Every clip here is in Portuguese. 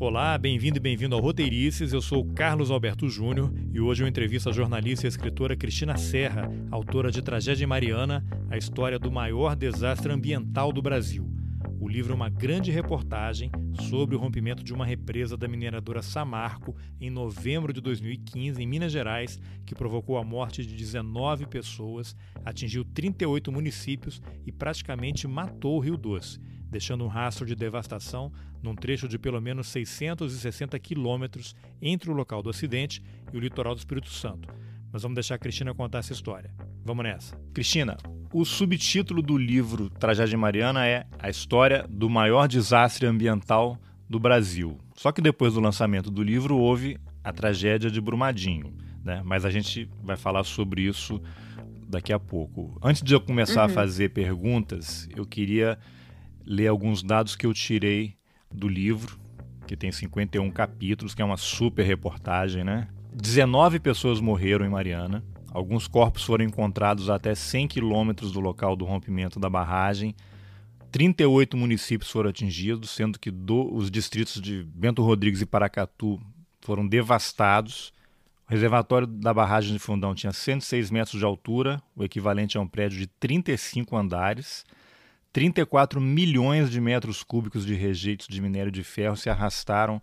Olá, bem-vindo e bem-vindo ao Roteirices. Eu sou o Carlos Alberto Júnior e hoje eu entrevisto a jornalista e escritora Cristina Serra, autora de Tragédia em Mariana, a história do maior desastre ambiental do Brasil. O livro é uma grande reportagem sobre o rompimento de uma represa da mineradora Samarco em novembro de 2015, em Minas Gerais, que provocou a morte de 19 pessoas, atingiu 38 municípios e praticamente matou o Rio Doce, deixando um rastro de devastação num trecho de pelo menos 660 quilômetros entre o local do acidente e o litoral do Espírito Santo. Mas vamos deixar a Cristina contar essa história. Vamos nessa. Cristina, o subtítulo do livro Tragédia em Mariana é A História do Maior Desastre Ambiental do Brasil. Só que depois do lançamento do livro houve a tragédia de Brumadinho, né? Mas a gente vai falar sobre isso daqui a pouco. Antes de eu começar a fazer perguntas, eu queria ler alguns dados que eu tirei do livro, que tem 51 capítulos, que é uma super reportagem, né? 19 pessoas morreram em Mariana. Alguns corpos foram encontrados a até 100 quilômetros do local do rompimento da barragem. 38 municípios foram atingidos, sendo que os distritos de Bento Rodrigues e Paracatu foram devastados. O reservatório da barragem de Fundão tinha 106 metros de altura, o equivalente a um prédio de 35 andares. 34 milhões de metros cúbicos de rejeitos de minério de ferro se arrastaram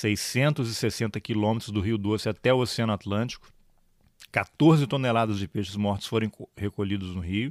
660 quilômetros do Rio Doce até o Oceano Atlântico. 14 toneladas de peixes mortos foram recolhidos no rio.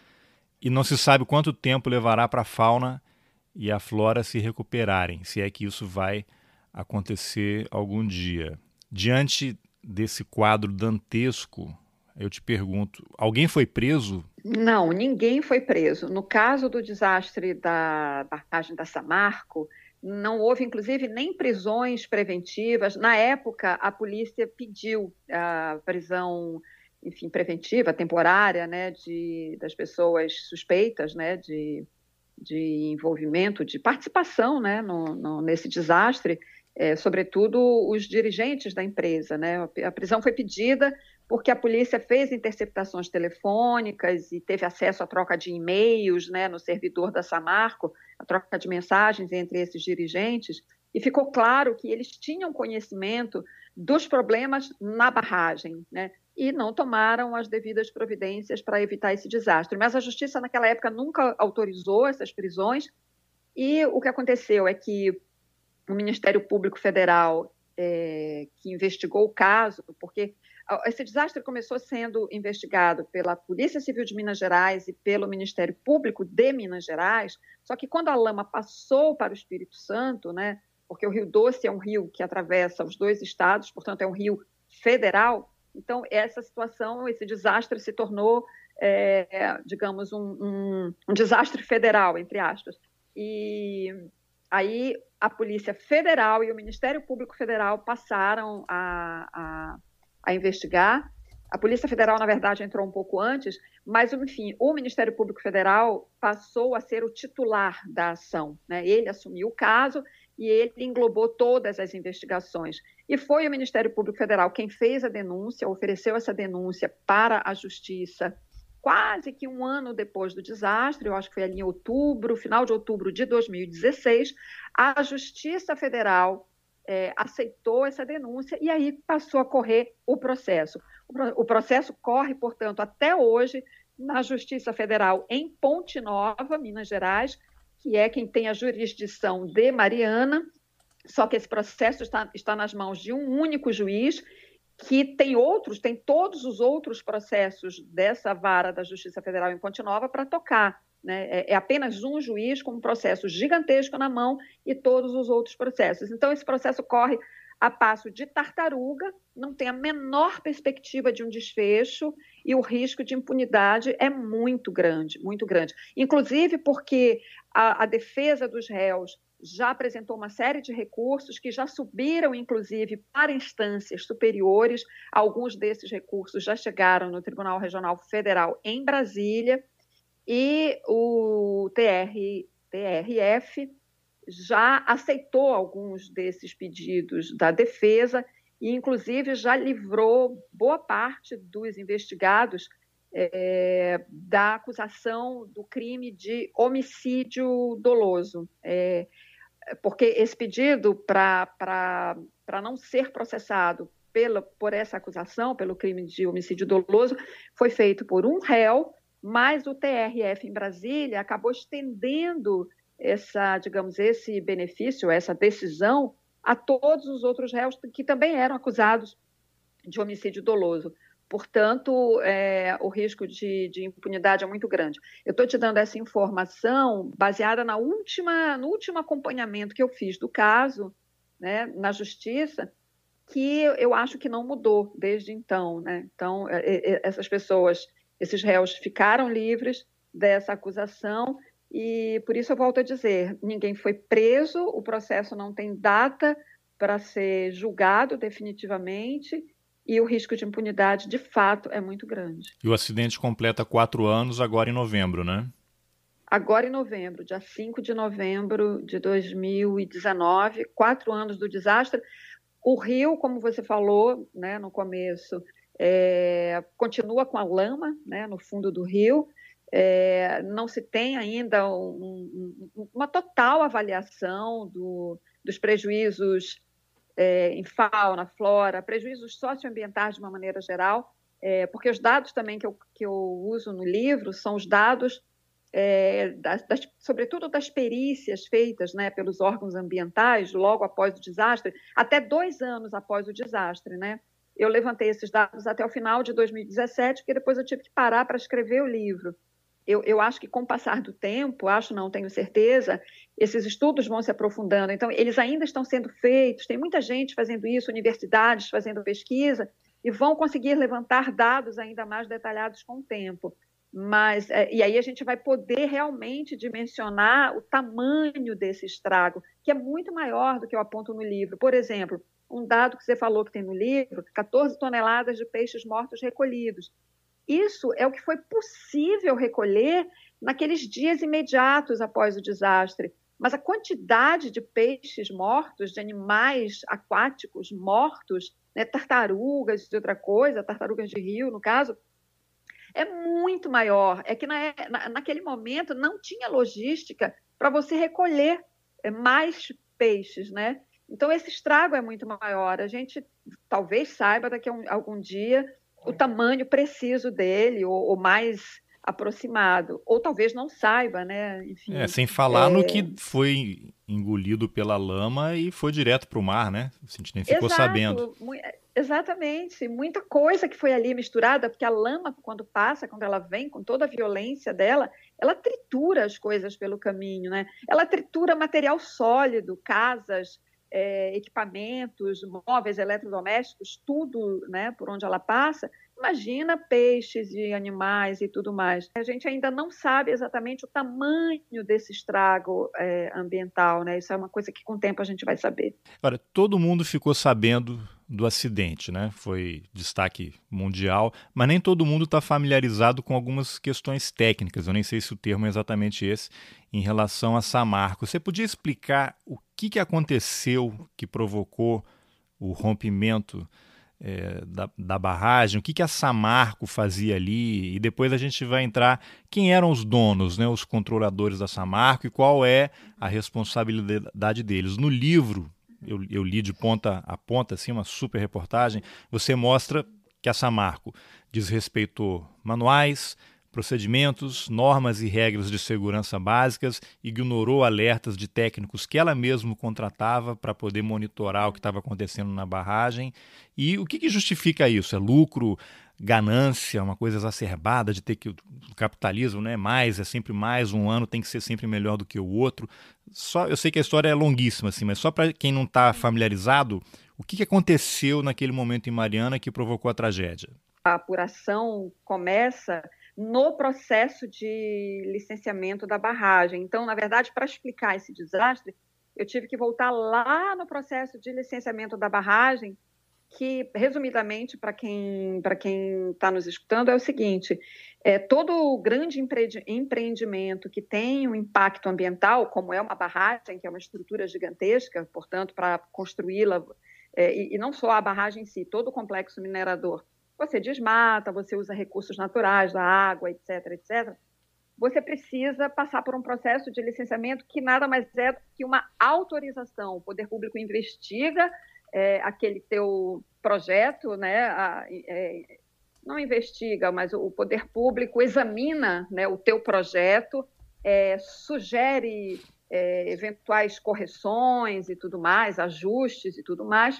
E não se sabe quanto tempo levará para a fauna e a flora se recuperarem, se é que isso vai acontecer algum dia. Diante desse quadro dantesco, eu te pergunto, alguém foi preso? Não, ninguém foi preso. No caso do desastre da barragem da Samarco, não houve, inclusive, nem prisões preventivas. Na época, a polícia pediu a prisão, enfim, preventiva, temporária, né, das pessoas suspeitas, né, de envolvimento, de participação, né, nesse desastre, sobretudo os dirigentes da empresa, né? A prisão foi pedida porque a polícia fez interceptações telefônicas e teve acesso à troca de e-mails, né, no servidor da Samarco, a troca de mensagens entre esses dirigentes, e ficou claro que eles tinham conhecimento dos problemas na barragem, né, e não tomaram as devidas providências para evitar esse desastre. Mas a justiça, naquela época, nunca autorizou essas prisões, e o que aconteceu é que o Ministério Público Federal, que investigou o caso, porque esse desastre começou sendo investigado pela Polícia Civil de Minas Gerais e pelo Ministério Público de Minas Gerais, só que quando a lama passou para o Espírito Santo, né, porque o Rio Doce é um rio que atravessa os dois estados, portanto é um rio federal, então essa situação, esse desastre se tornou, digamos, um desastre federal, entre aspas. E aí a Polícia Federal e o Ministério Público Federal passaram a investigar. A Polícia Federal, na verdade, entrou um pouco antes, mas, enfim, o Ministério Público Federal passou a ser o titular da ação, né? Ele assumiu o caso e ele englobou todas as investigações. E foi o Ministério Público Federal quem fez a denúncia, ofereceu essa denúncia para a Justiça quase que um ano depois do desastre, eu acho que foi ali em outubro, final de outubro de 2016, a Justiça Federal aceitou essa denúncia e aí passou a correr o processo. O processo corre, portanto, até hoje na Justiça Federal em Ponte Nova, Minas Gerais, que é quem tem a jurisdição de Mariana, só que esse processo está nas mãos de um único juiz, que tem todos os outros processos dessa vara da Justiça Federal em Ponte Nova para tocar, né? É apenas um juiz com um processo gigantesco na mão e todos os outros processos. Então, esse processo corre a passo de tartaruga, não tem a menor perspectiva de um desfecho e o risco de impunidade é muito grande, muito grande. Inclusive porque a defesa dos réus já apresentou uma série de recursos que já subiram, inclusive, para instâncias superiores. Alguns desses recursos já chegaram no Tribunal Regional Federal em Brasília e o TRF já aceitou alguns desses pedidos da defesa e, inclusive, já livrou boa parte dos investigados da acusação do crime de homicídio doloso. porque esse pedido para não ser processado por essa acusação, pelo crime de homicídio doloso, foi feito por um réu, mas o TRF em Brasília acabou estendendo esse benefício, essa decisão, a todos os outros réus que também eram acusados de homicídio doloso. Portanto, o risco de impunidade é muito grande. Eu estou te dando essa informação baseada no último acompanhamento que eu fiz do caso, né, na Justiça, que eu acho que não mudou desde então, né? Então, essas pessoas, esses réus ficaram livres dessa acusação e, por isso, eu volto a dizer, ninguém foi preso, o processo não tem data para ser julgado definitivamente e o risco de impunidade, de fato, é muito grande. E o acidente completa 4 anos agora em novembro, né? Agora em novembro, dia 5 de novembro de 2019, 4 anos do desastre. O rio, como você falou, né, no começo, continua com a lama, né, no fundo do rio. Não se tem ainda uma total avaliação dos prejuízos em fauna, flora, prejuízos socioambientais de uma maneira geral, porque os dados também que eu uso no livro são os dados sobretudo das perícias feitas, né, pelos órgãos ambientais logo após o desastre, até 2 anos após o desastre, né? Eu levantei esses dados até o final de 2017, porque depois eu tive que parar para escrever o livro. Eu acho que com o passar do tempo, tenho certeza, esses estudos vão se aprofundando. Então, eles ainda estão sendo feitos, tem muita gente fazendo isso, universidades fazendo pesquisa, e vão conseguir levantar dados ainda mais detalhados com o tempo. E aí a gente vai poder realmente dimensionar o tamanho desse estrago, que é muito maior do que eu aponto no livro. Por exemplo, um dado que você falou que tem no livro, 14 toneladas de peixes mortos recolhidos. Isso é o que foi possível recolher naqueles dias imediatos após o desastre. Mas a quantidade de peixes mortos, de animais aquáticos mortos, né, tartarugas de outra coisa, tartarugas de rio, no caso, é muito maior. É que naquele momento não tinha logística para você recolher mais peixes, né? Então, esse estrago é muito maior. A gente talvez saiba daqui a algum dia o tamanho preciso dele, ou mais aproximado, ou talvez não saiba, né? Enfim, sem falar no que foi engolido pela lama e foi direto para o mar, né? A gente nem ficou sabendo. Exatamente, muita coisa que foi ali misturada, porque a lama, quando ela vem com toda a violência dela, ela tritura as coisas pelo caminho, né? Ela tritura material sólido, casas, equipamentos, móveis, eletrodomésticos, tudo, né, por onde ela passa. Imagina peixes e animais e tudo mais. A gente ainda não sabe exatamente o tamanho desse estrago ambiental, né? Isso é uma coisa que com o tempo a gente vai saber. Agora, todo mundo ficou sabendo do acidente, né? Foi destaque mundial, mas nem todo mundo está familiarizado com algumas questões técnicas. Eu nem sei se o termo é exatamente esse, em relação a Samarco. Você podia explicar o que aconteceu que provocou o rompimento da barragem, o que a Samarco fazia ali, e depois a gente vai entrar quem eram os donos, né, os controladores da Samarco e qual é a responsabilidade deles. No livro, eu li de ponta a ponta, assim, uma super reportagem, você mostra que a Samarco desrespeitou manuais, procedimentos, normas e regras de segurança básicas, ignorou alertas de técnicos que ela mesma contratava para poder monitorar o que estava acontecendo na barragem. E o que justifica isso? É lucro, ganância, uma coisa exacerbada de ter que o capitalismo, né, é sempre mais, um ano tem que ser sempre melhor do que o outro. Eu sei que a história é longuíssima, assim, mas só para quem não está familiarizado, o que aconteceu naquele momento em Mariana que provocou a tragédia? A apuração começa no processo de licenciamento da barragem. Então, na verdade, para explicar esse desastre, eu tive que voltar lá no processo de licenciamento da barragem, que, resumidamente, para quem está nos escutando, é o seguinte: todo grande empreendimento que tem um impacto ambiental, como é uma barragem, que é uma estrutura gigantesca, portanto, para construí-la, e não só a barragem em si, todo o complexo minerador, você desmata, você usa recursos naturais, da água, etc., etc. você precisa passar por um processo de licenciamento que nada mais é do que uma autorização. O poder público investiga aquele teu projeto, né? Não investiga, mas o poder público examina, né, o teu projeto, sugere eventuais correções e tudo mais, ajustes e tudo mais,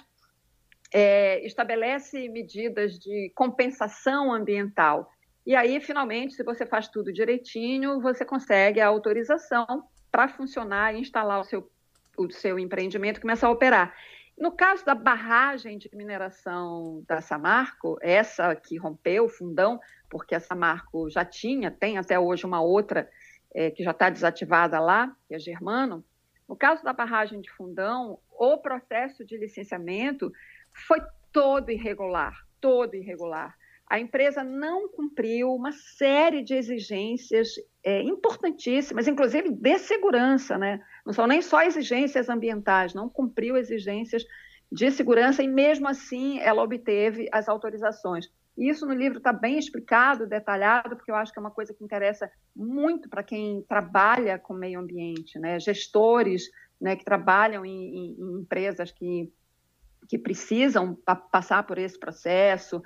estabelece medidas de compensação ambiental. E aí, finalmente, se você faz tudo direitinho, você consegue a autorização para funcionar e instalar o seu empreendimento e começar a operar. No caso da barragem de mineração da Samarco, essa que rompeu o Fundão, porque a Samarco já tem até hoje uma outra que já está desativada lá, que é Germano. No caso da barragem de Fundão, o processo de licenciamento foi todo irregular, todo irregular. A empresa não cumpriu uma série de exigências importantíssimas, inclusive de segurança, né? Não são nem só exigências ambientais, não cumpriu exigências de segurança e, mesmo assim, ela obteve as autorizações. Isso no livro está bem explicado, detalhado, porque eu acho que é uma coisa que interessa muito para quem trabalha com meio ambiente, né? Gestores, né, que trabalham em empresas que precisam passar por esse processo,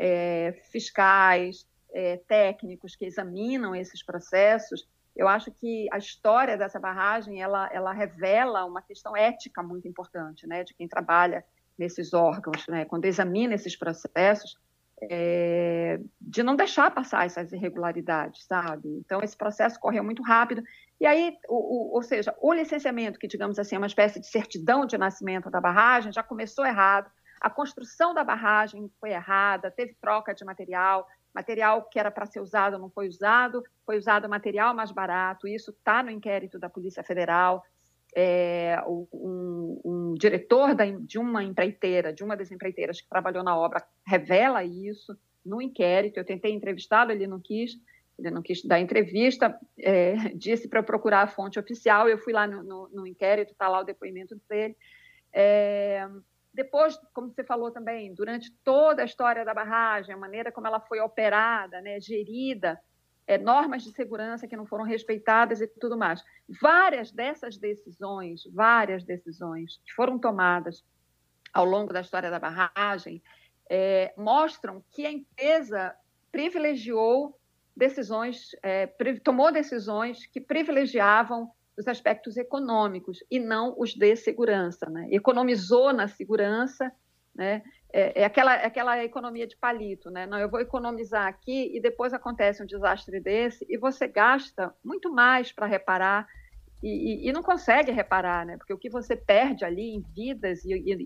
fiscais, técnicos que examinam esses processos. Eu acho que a história dessa barragem ela revela uma questão ética muito importante, né, de quem trabalha nesses órgãos, né, quando examina esses processos, de não deixar passar essas irregularidades, sabe? Então, esse processo correu muito rápido. E aí, ou seja, o licenciamento, que, digamos assim, é uma espécie de certidão de nascimento da barragem, já começou errado. A construção da barragem foi errada, teve troca de material que era para ser usado não foi usado material mais barato. Isso está no inquérito da Polícia Federal. Um diretor de uma empreiteira, de uma das empreiteiras que trabalhou na obra, revela isso no inquérito. Eu tentei entrevistá-lo, ele não quis dar entrevista, disse para eu procurar a fonte oficial. Eu fui lá no inquérito, está lá o depoimento dele. Depois, como você falou também, durante toda a história da barragem, a maneira como ela foi operada, né, gerida, normas de segurança que não foram respeitadas e tudo mais. Várias decisões que foram tomadas ao longo da história da barragem mostram que a empresa tomou decisões que privilegiavam os aspectos econômicos e não os de segurança, né? Economizou na segurança, né? Aquela economia de palito, né? Não, eu vou economizar aqui e depois acontece um desastre desse e você gasta muito mais para reparar e não consegue reparar, né? Porque o que você perde ali em vidas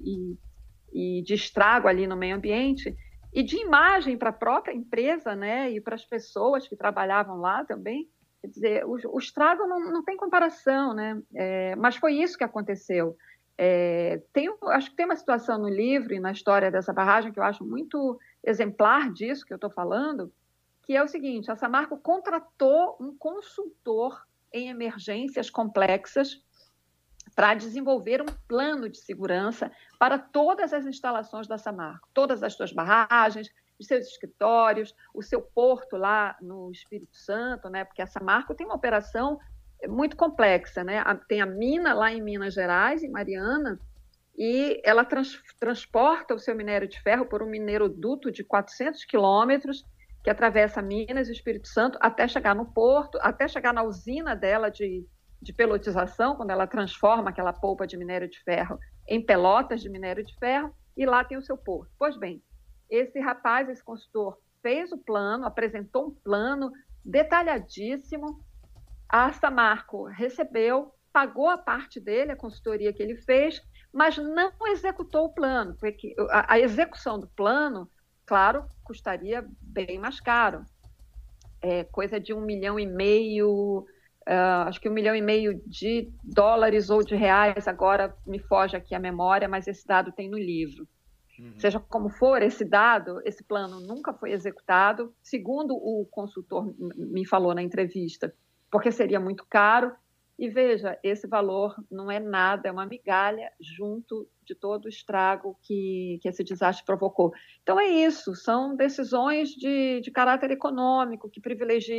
e de estrago ali no meio ambiente e de imagem para a própria empresa, né? E para as pessoas que trabalhavam lá também. Quer dizer, o estrago não tem comparação, né? Mas foi isso que aconteceu. Acho que tem uma situação no livro e na história dessa barragem que eu acho muito exemplar disso que eu estou falando, que é o seguinte: a Samarco contratou um consultor em emergências complexas para desenvolver um plano de segurança para todas as instalações da Samarco, todas as suas barragens, os seus escritórios, o seu porto lá no Espírito Santo, né? Porque a Samarco tem uma operação muito complexa, né? Tem a mina lá em Minas Gerais, em Mariana, e ela transporta o seu minério de ferro por um mineroduto de 400 quilômetros que atravessa Minas e Espírito Santo até chegar no porto, até chegar na usina dela de pelotização, quando ela transforma aquela polpa de minério de ferro em pelotas de minério de ferro, e lá tem o seu porto. Pois bem, esse consultor, fez o plano, apresentou um plano detalhadíssimo. A Samarco recebeu, pagou a parte dele, a consultoria que ele fez, mas não executou o plano, porque a execução do plano, claro, custaria bem mais caro. Coisa de 1,5 milhão, acho que 1,5 milhão de dólares ou de reais, agora me foge aqui a memória, mas esse dado tem no livro. Seja como for, esse plano nunca foi executado, segundo o consultor me falou na entrevista, porque seria muito caro. E veja, esse valor não é nada, é uma migalha junto de todo o estrago que esse desastre provocou. Então é isso, são decisões de caráter econômico que privilegiam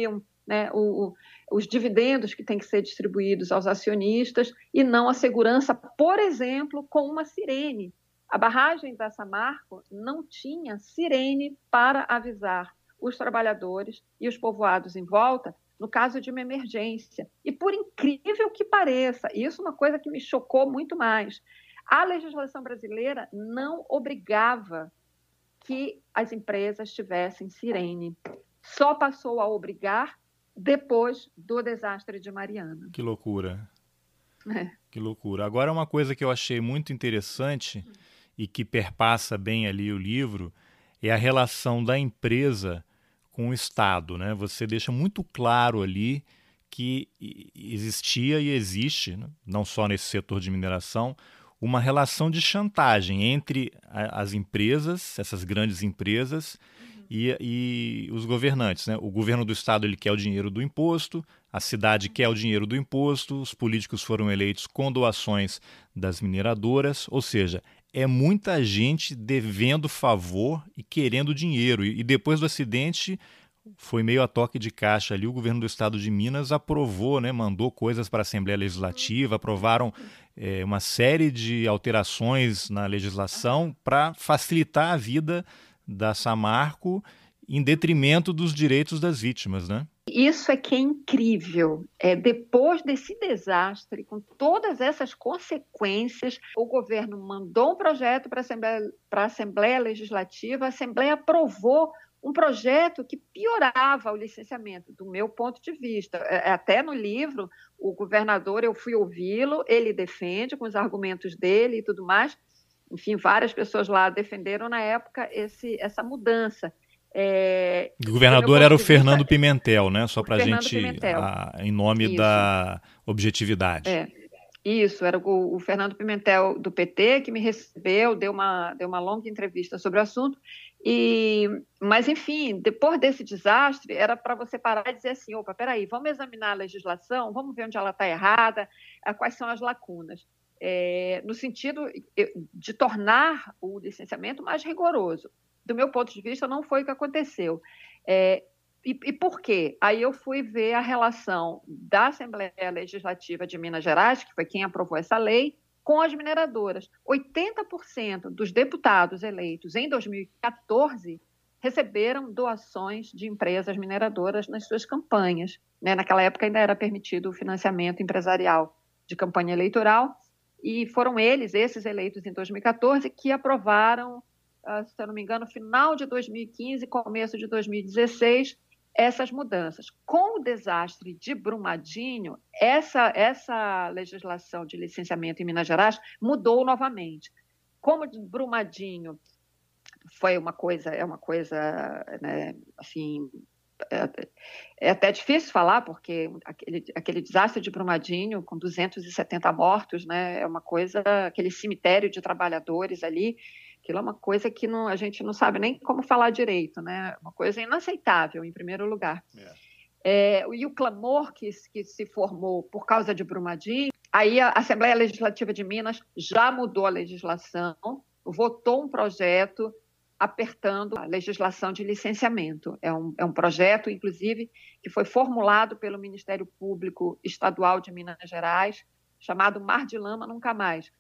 né, os dividendos que têm que ser distribuídos aos acionistas e não a segurança, por exemplo, com uma sirene. A barragem da Samarco não tinha sirene para avisar os trabalhadores e os povoados em volta no caso de uma emergência. E por incrível que pareça, isso é uma coisa que me chocou muito mais, a legislação brasileira não obrigava que as empresas tivessem sirene. Só passou a obrigar depois do desastre de Mariana. Que loucura. Que loucura. Agora, uma coisa que eu achei muito interessante e que perpassa bem ali o livro é a relação da empresa com o Estado, né? Você deixa muito claro ali que existia e existe, né, não só nesse setor de mineração, uma relação de chantagem entre as empresas, essas grandes empresas, e os governantes, né? O governo do estado ele quer o dinheiro do imposto, a cidade quer o dinheiro do imposto, os políticos foram eleitos com doações das mineradoras, ou seja, é muita gente devendo favor e querendo dinheiro. E depois do acidente, foi meio a toque de caixa ali, o governo do estado de Minas aprovou, né, mandou coisas para a Assembleia Legislativa, aprovaram uma série de alterações na legislação para facilitar a vida da Samarco em detrimento dos direitos das vítimas, né? Isso é que é incrível. Depois desse desastre, com todas essas consequências, o governo mandou um projeto para a Assembleia Legislativa, a Assembleia aprovou um projeto que piorava o licenciamento, do meu ponto de vista. Até no livro, o governador, eu fui ouvi-lo, ele defende com os argumentos dele e tudo mais. Enfim, várias pessoas lá defenderam na época essa mudança. O governador era o Fernando Pimentel, né? Só para a gente, em nome Isso. Da objetividade. Isso, era o Fernando Pimentel do PT que me recebeu, deu uma longa entrevista sobre o assunto. Mas, enfim, depois desse desastre, era para você parar e dizer assim, opa, peraí, vamos examinar a legislação, vamos ver onde ela está errada, quais são as lacunas. No sentido de tornar o licenciamento mais rigoroso. Do meu ponto de vista, não foi o que aconteceu. E por quê? Aí eu fui ver a relação da Assembleia Legislativa de Minas Gerais, que foi quem aprovou essa lei, com as mineradoras. 80% dos deputados eleitos em 2014 receberam doações de empresas mineradoras nas suas campanhas. Né? Naquela época ainda era permitido o financiamento empresarial de campanha eleitoral, e foram esses eleitos em 2014, que aprovaram, se eu não me engano, final de 2015, começo de 2016, essas mudanças. Com o desastre de Brumadinho, essa legislação de licenciamento em Minas Gerais mudou novamente. Como Brumadinho foi uma coisa, né, assim, é até difícil falar, porque aquele desastre de Brumadinho, com 270 mortos, né, é uma coisa, aquele cemitério de trabalhadores ali, aquilo é uma coisa que a gente não sabe nem como falar direito, né? Uma coisa inaceitável, em primeiro lugar. E o clamor que se formou por causa de Brumadinho, aí a Assembleia Legislativa de Minas já mudou a legislação, votou um projeto apertando a legislação de licenciamento. É um projeto, inclusive, que foi formulado pelo Ministério Público Estadual de Minas Gerais, chamado Mar de Lama Nunca Mais.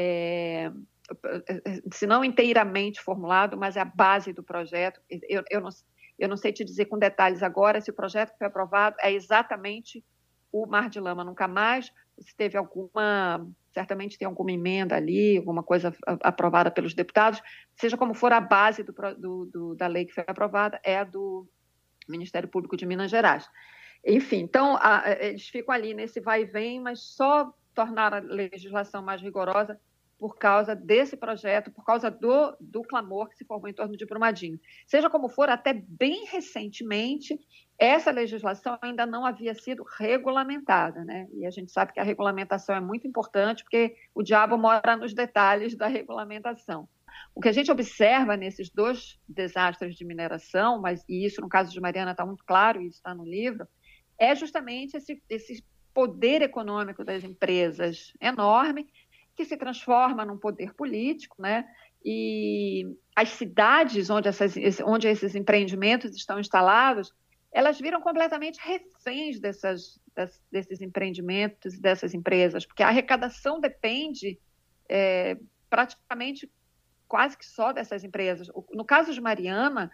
Se não inteiramente formulado, mas é a base do projeto. Eu não sei te dizer com detalhes agora se o projeto que foi aprovado é exatamente o Mar de Lama Nunca Mais, se teve certamente tem alguma emenda ali, alguma coisa aprovada pelos deputados, seja como for, a base da lei que foi aprovada é a do Ministério Público de Minas Gerais. Enfim, então, eles ficam ali nesse vai e vem, mas só tornar a legislação mais rigorosa por causa desse projeto, por causa do clamor que se formou em torno de Brumadinho. Seja como for, até bem recentemente, essa legislação ainda não havia sido regulamentada, né? E a gente sabe que a regulamentação é muito importante, porque o diabo mora nos detalhes da regulamentação. O que a gente observa nesses dois desastres de mineração, e isso no caso de Mariana está muito claro, e isso está no livro, é justamente esse poder econômico das empresas enorme, que se transforma num poder político, né? E as cidades onde esses empreendimentos estão instalados elas viram completamente reféns desses empreendimentos, dessas empresas, porque a arrecadação depende praticamente quase que só dessas empresas. No caso de Mariana,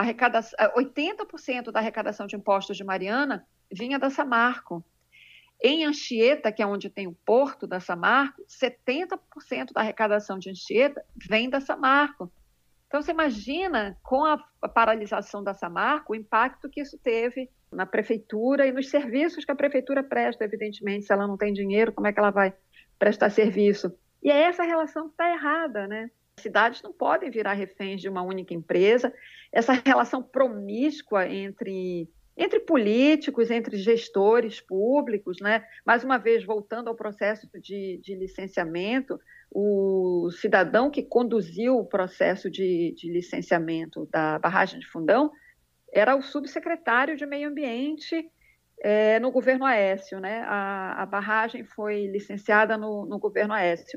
80% da arrecadação de impostos de Mariana vinha da Samarco. Em Anchieta, que é onde tem o porto da Samarco, 70% da arrecadação de Anchieta vem da Samarco. Então, você imagina, com a paralisação da Samarco, o impacto que isso teve na prefeitura e nos serviços que a prefeitura presta, evidentemente. Se ela não tem dinheiro, como é que ela vai prestar serviço? E é essa relação que está errada, né? As cidades não podem virar reféns de uma única empresa. Essa relação promíscua entre políticos, entre gestores públicos, né? Mais uma vez, voltando ao processo de licenciamento, o cidadão que conduziu o processo de licenciamento da barragem de Fundão era o subsecretário de Meio Ambiente no governo Aécio, né? A barragem foi licenciada no governo Aécio.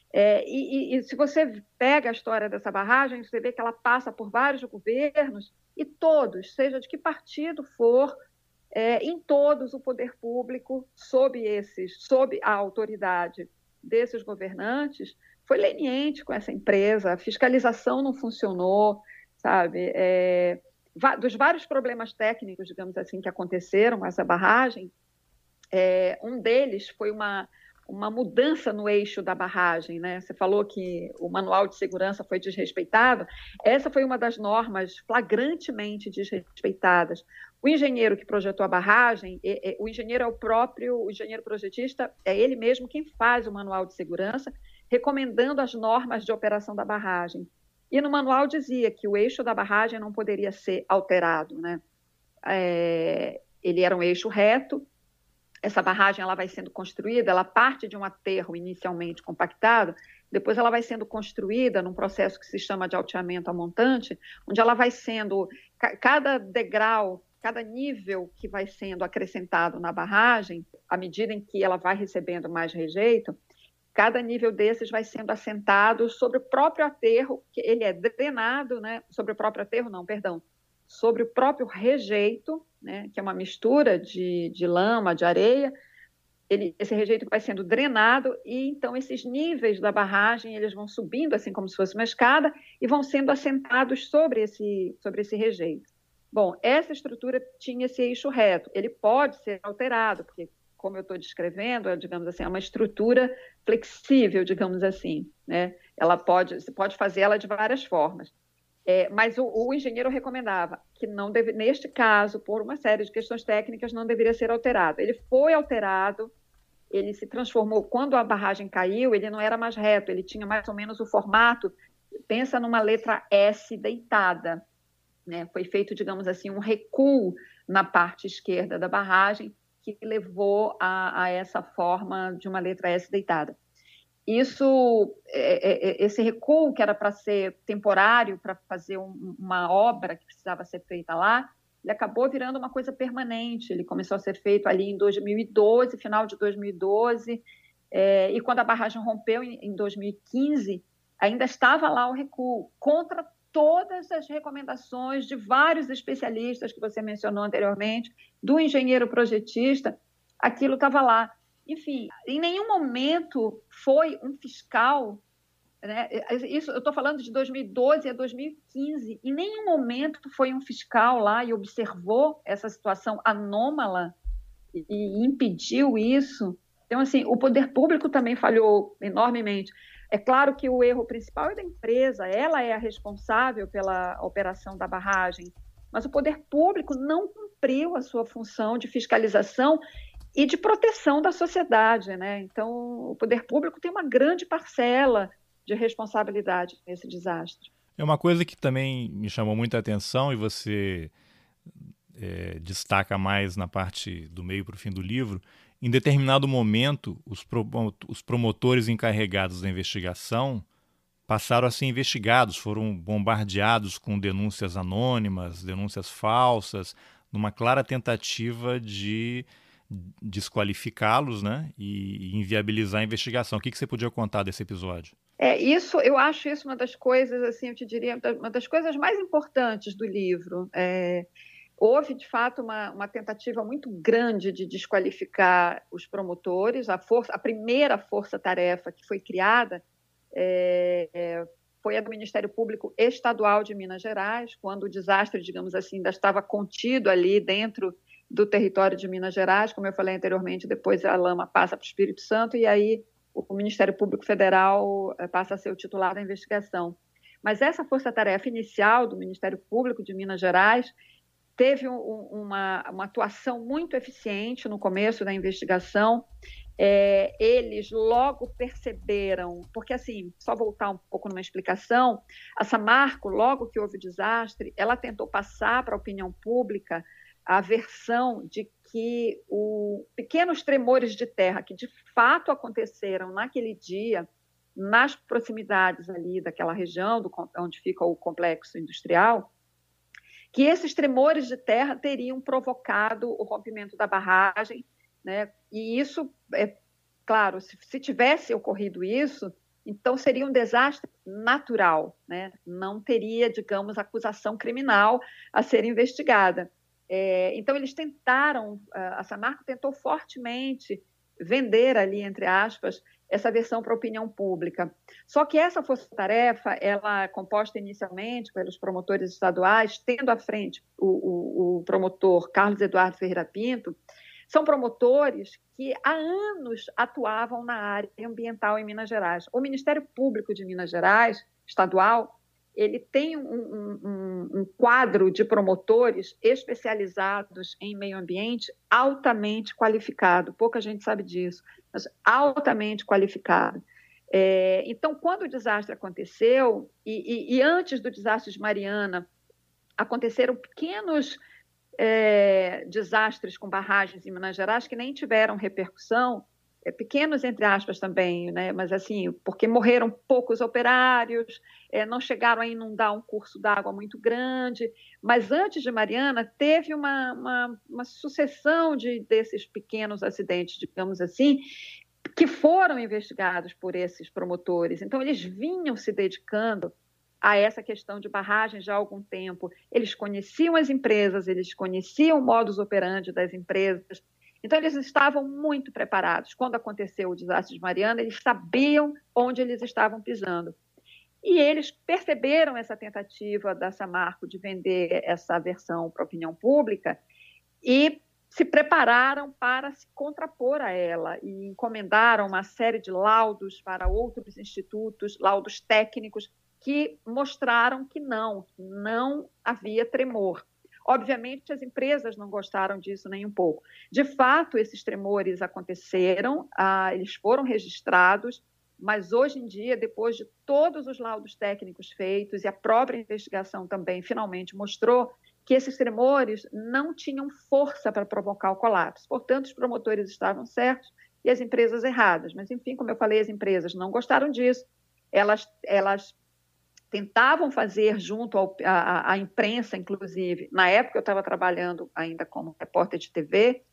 E se você pega a história dessa barragem, você vê que ela passa por vários governos e todos, seja de que partido for, em todos o poder público, sob a autoridade desses governantes, foi leniente com essa empresa, a fiscalização não funcionou, sabe? Dos vários problemas técnicos, digamos assim, que aconteceram com essa barragem, um deles foi uma mudança no eixo da barragem, né? Você falou que o manual de segurança foi desrespeitado. Essa foi uma das normas flagrantemente desrespeitadas. O engenheiro que projetou a barragem, o engenheiro o engenheiro projetista, é ele mesmo quem faz o manual de segurança, recomendando as normas de operação da barragem. E no manual dizia que o eixo da barragem não poderia ser alterado, né? Ele era um eixo reto. Essa barragem ela vai sendo construída, ela parte de um aterro inicialmente compactado, depois ela vai sendo construída num processo que se chama de alteamento a montante, onde ela vai sendo, cada degrau, cada nível que vai sendo acrescentado na barragem, à medida em que ela vai recebendo mais rejeito, cada nível desses vai sendo assentado sobre o próprio aterro, que ele é drenado, né? Sobre o próprio aterro, não, perdão, sobre o próprio rejeito, né, que é uma mistura de lama, de areia. Esse rejeito vai sendo drenado e então esses níveis da barragem eles vão subindo assim como se fosse uma escada e vão sendo assentados sobre esse rejeito. Bom, essa estrutura tinha esse eixo reto. Ele pode ser alterado, porque, como eu estou descrevendo, digamos assim, é uma estrutura flexível, digamos assim, né? Você pode fazer ela de várias formas. Mas o engenheiro recomendava que neste caso, por uma série de questões técnicas, não deveria ser alterado. Ele foi alterado, ele se transformou, quando a barragem caiu, ele não era mais reto, ele tinha mais ou menos o formato, pensa numa letra S deitada, né? Foi feito, digamos assim, um recuo na parte esquerda da barragem que levou a essa forma de uma letra S deitada. Esse recuo, que era para ser temporário, para fazer uma obra que precisava ser feita lá, ele acabou virando uma coisa permanente. Ele começou a ser feito ali em 2012, final de 2012, e quando a barragem rompeu em 2015, ainda estava lá o recuo, contra todas as recomendações de vários especialistas que você mencionou anteriormente, do engenheiro projetista, aquilo estava lá. Enfim, em nenhum momento foi um fiscal, né? Isso, eu estou falando de 2012 a 2015, em nenhum momento foi um fiscal lá e observou essa situação anômala e impediu isso. Então, assim, o poder público também falhou enormemente. É claro que o erro principal é da empresa, ela é a responsável pela operação da barragem, mas o poder público não cumpriu a sua função de fiscalização e de proteção da sociedade, né? Então, o poder público tem uma grande parcela de responsabilidade nesse desastre. É uma coisa que também me chamou muita atenção e você destaca mais na parte do meio para o fim do livro. Em determinado momento, os promotores encarregados da investigação passaram a ser investigados, foram bombardeados com denúncias anônimas, denúncias falsas, numa clara tentativa de desqualificá-los, né, e inviabilizar a investigação. O que você podia contar desse episódio? Eu acho isso uma das coisas, assim, eu te diria, uma das coisas mais importantes do livro. houve, de fato, uma tentativa muito grande de desqualificar os promotores. A primeira força-tarefa que foi criada foi a do Ministério Público Estadual de Minas Gerais, quando o desastre, digamos assim, ainda estava contido ali dentro do território de Minas Gerais. Como eu falei anteriormente, depois a lama passa para o Espírito Santo e aí o Ministério Público Federal passa a ser o titular da investigação. Mas essa força-tarefa inicial do Ministério Público de Minas Gerais teve uma atuação muito eficiente no começo da investigação. Eles logo perceberam, porque assim, só voltar um pouco numa explicação, a Samarco, logo que houve o desastre, ela tentou passar para a opinião pública a versão de que pequenos tremores de terra que de fato aconteceram naquele dia, nas proximidades ali daquela região onde fica o complexo industrial, que esses tremores de terra teriam provocado o rompimento da barragem, né? E isso, claro, se tivesse ocorrido isso, então seria um desastre natural, né? Não teria, digamos, acusação criminal a ser investigada. Então, eles tentaram, a Samarco tentou fortemente vender ali, entre aspas, essa versão para a opinião pública. Só que essa força-tarefa, ela é composta inicialmente pelos promotores estaduais, tendo à frente o promotor Carlos Eduardo Ferreira Pinto, são promotores que há anos atuavam na área ambiental em Minas Gerais. O Ministério Público de Minas Gerais, estadual, ele tem um quadro de promotores especializados em meio ambiente altamente qualificado. Pouca gente sabe disso, mas altamente qualificado. Então, quando o desastre aconteceu, e antes do desastre de Mariana, aconteceram pequenos desastres com barragens em Minas Gerais que nem tiveram repercussão, pequenos entre aspas também, né? Mas assim, porque morreram poucos operários, não chegaram a inundar um curso d'água muito grande, mas antes de Mariana teve uma sucessão desses pequenos acidentes, digamos assim, que foram investigados por esses promotores. Então, eles vinham se dedicando a essa questão de barragens já há algum tempo. Eles conheciam as empresas, eles conheciam o modus operandi das empresas. Então, eles estavam muito preparados. Quando aconteceu o desastre de Mariana, eles sabiam onde eles estavam pisando. E eles perceberam essa tentativa da Samarco de vender essa versão para a opinião pública e se prepararam para se contrapor a ela e encomendaram uma série de laudos para outros institutos, laudos técnicos, que mostraram que não havia tremor. Obviamente, as empresas não gostaram disso nem um pouco. De fato, esses tremores aconteceram, eles foram registrados, mas hoje em dia, depois de todos os laudos técnicos feitos e a própria investigação também finalmente mostrou que esses tremores não tinham força para provocar o colapso. Portanto, os promotores estavam certos e as empresas erradas. Mas, enfim, como eu falei, as empresas não gostaram disso. Elas tentavam fazer junto à imprensa, inclusive. Na época, eu estava trabalhando ainda como repórter de TV,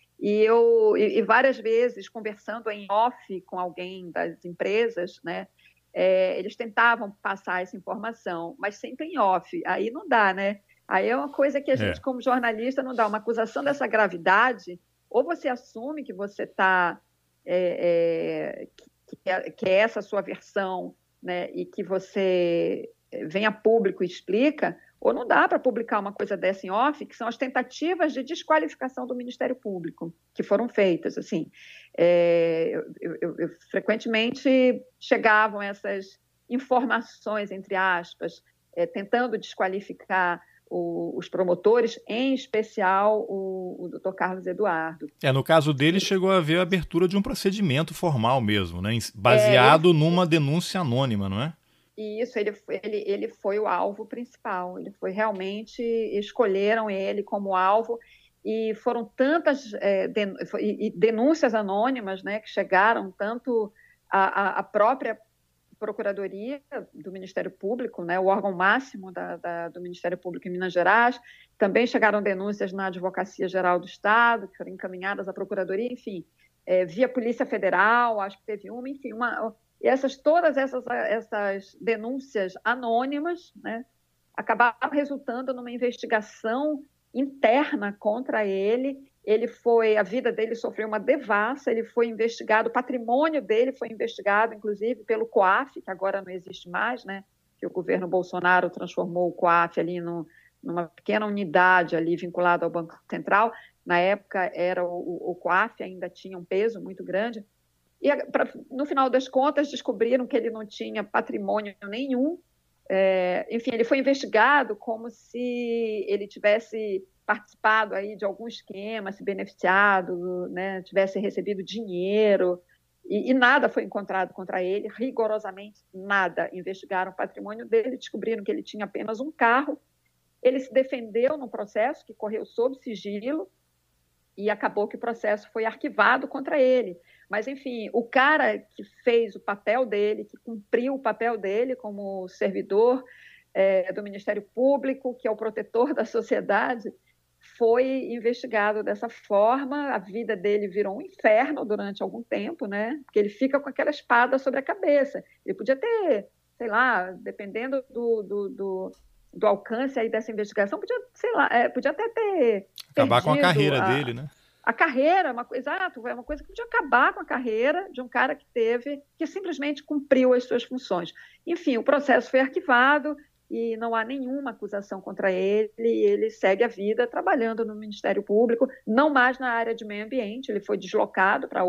e várias vezes, conversando em off com alguém das empresas, né, eles tentavam passar essa informação, mas sempre em off. Aí não dá, né? Aí é uma coisa que a gente, como jornalista, não dá. Uma acusação dessa gravidade, ou você assume que você está... que é essa a sua versão, né, e que você vem a público e explica, ou não dá para publicar uma coisa dessa em off, que são as tentativas de desqualificação do Ministério Público, que foram feitas. Assim, frequentemente chegavam essas informações, entre aspas, tentando desqualificar os promotores, em especial o doutor Carlos Eduardo. No caso dele, chegou a haver a abertura de um procedimento formal mesmo, né? Baseado numa denúncia anônima, não é? Isso, ele foi o alvo principal. Ele foi realmente, escolheram ele como alvo, e foram tantas denúncias anônimas, né, que chegaram tanto à própria Procuradoria do Ministério Público, né, o órgão máximo do Ministério Público em Minas Gerais. Também chegaram denúncias na Advocacia Geral do Estado, que foram encaminhadas à Procuradoria, enfim, via Polícia Federal, acho que teve uma, enfim, todas essas denúncias anônimas, né, acabaram resultando numa investigação interna contra ele. A vida dele sofreu uma devassa, ele foi investigado, o patrimônio dele foi investigado, inclusive, pelo COAF, que agora não existe mais, né? Que o governo Bolsonaro transformou o COAF ali numa pequena unidade ali vinculada ao Banco Central. Na época, o COAF ainda tinha um peso muito grande. E, no final das contas, descobriram que ele não tinha patrimônio nenhum. Enfim, ele foi investigado como se ele tivesse participado aí de algum esquema, se beneficiado, né, tivesse recebido dinheiro, e nada foi encontrado contra ele, rigorosamente nada. Investigaram o patrimônio dele, descobriram que ele tinha apenas um carro. Ele se defendeu no processo, que correu sob sigilo, e acabou que o processo foi arquivado contra ele. Mas, enfim, o cara que fez o papel dele, que cumpriu o papel dele como servidor do Ministério Público, que é o protetor da sociedade, foi investigado dessa forma. A vida dele virou um inferno durante algum tempo, né? Porque ele fica com aquela espada sobre a cabeça. Ele podia ter, sei lá, dependendo do alcance aí dessa investigação, podia, sei lá, podia até ter acabar com a carreira dele, né? A carreira, exato, é uma coisa que podia acabar com a carreira de um cara que simplesmente cumpriu as suas funções. Enfim, o processo foi arquivado e não há nenhuma acusação contra ele, e ele segue a vida trabalhando no Ministério Público, não mais na área de meio ambiente, ele foi deslocado para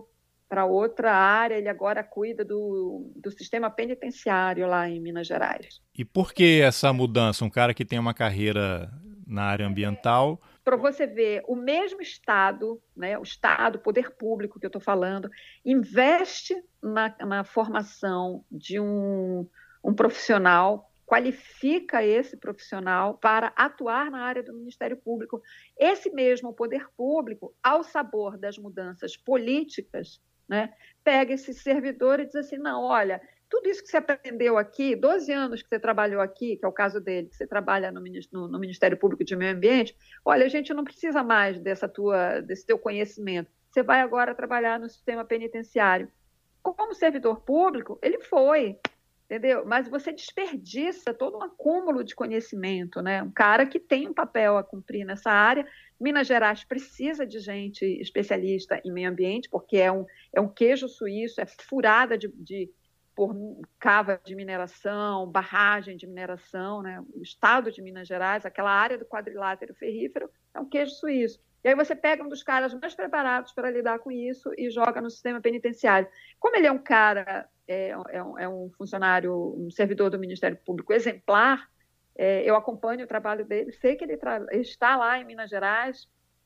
outra área, ele agora cuida do sistema penitenciário lá em Minas Gerais. E por que essa mudança? Um cara que tem uma carreira na área ambiental... Para você ver, o mesmo Estado, né, o Estado, o poder público que eu estou falando, investe na formação de um profissional, qualifica esse profissional para atuar na área do Ministério Público. Esse mesmo poder público, ao sabor das mudanças políticas, né, pega esse servidor e diz assim, não, olha, tudo isso que você aprendeu aqui, 12 anos que você trabalhou aqui, que é o caso dele, que você trabalha no Ministério Público de Meio Ambiente, olha, a gente não precisa mais desse teu conhecimento. Você vai agora trabalhar no sistema penitenciário. Como servidor público, ele foi, entendeu? Mas você desperdiça todo um acúmulo de conhecimento, né? Um cara que tem um papel a cumprir nessa área. Minas Gerais precisa de gente especialista em meio ambiente, porque é um queijo suíço, é furada por cava de mineração, barragem de mineração, né? O estado de Minas Gerais, aquela área do quadrilátero ferrífero, é um queijo suíço. E aí você pega um dos caras mais preparados para lidar com isso e joga no sistema penitenciário. Como ele é um cara, é um funcionário, um servidor do Ministério Público exemplar, eu acompanho o trabalho dele, sei que ele está lá em Minas Gerais,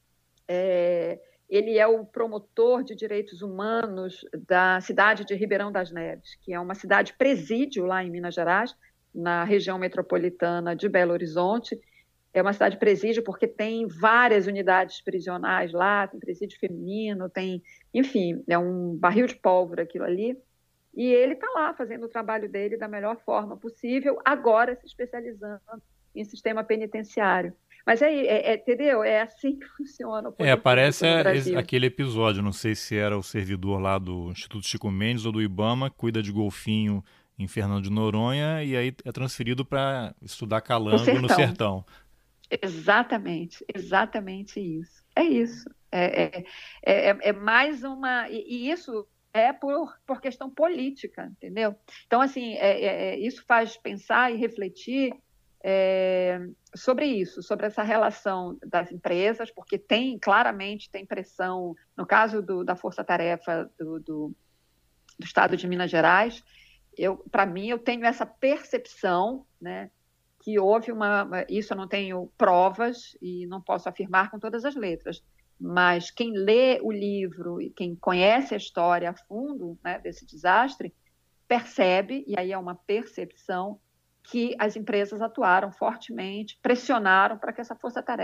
ele é o promotor de direitos humanos da cidade de Ribeirão das Neves, que é uma cidade presídio lá em Minas Gerais, na região metropolitana de Belo Horizonte. É uma cidade presídio porque tem várias unidades prisionais lá, tem presídio feminino, enfim, é um barril de pólvora aquilo ali. E ele está lá fazendo o trabalho dele da melhor forma possível, agora se especializando em sistema penitenciário. Mas entendeu? É assim que funciona o poder parece no Brasil. aquele episódio, não sei se era o servidor lá do Instituto Chico Mendes ou do IBAMA, cuida de golfinho em Fernando de Noronha e aí é transferido para estudar calango no sertão. Exatamente isso. É isso. É mais uma... E isso é por questão política, entendeu? Então, assim, isso faz pensar e refletir sobre isso, sobre essa relação das empresas, porque claramente tem pressão, no caso da força-tarefa do Estado de Minas Gerais, para mim, eu tenho essa percepção, né, que houve isso eu não tenho provas e não posso afirmar com todas as letras, mas quem lê o livro e quem conhece a história a fundo, né, desse desastre, percebe, e aí é uma percepção, que as empresas atuaram fortemente, pressionaram para que essa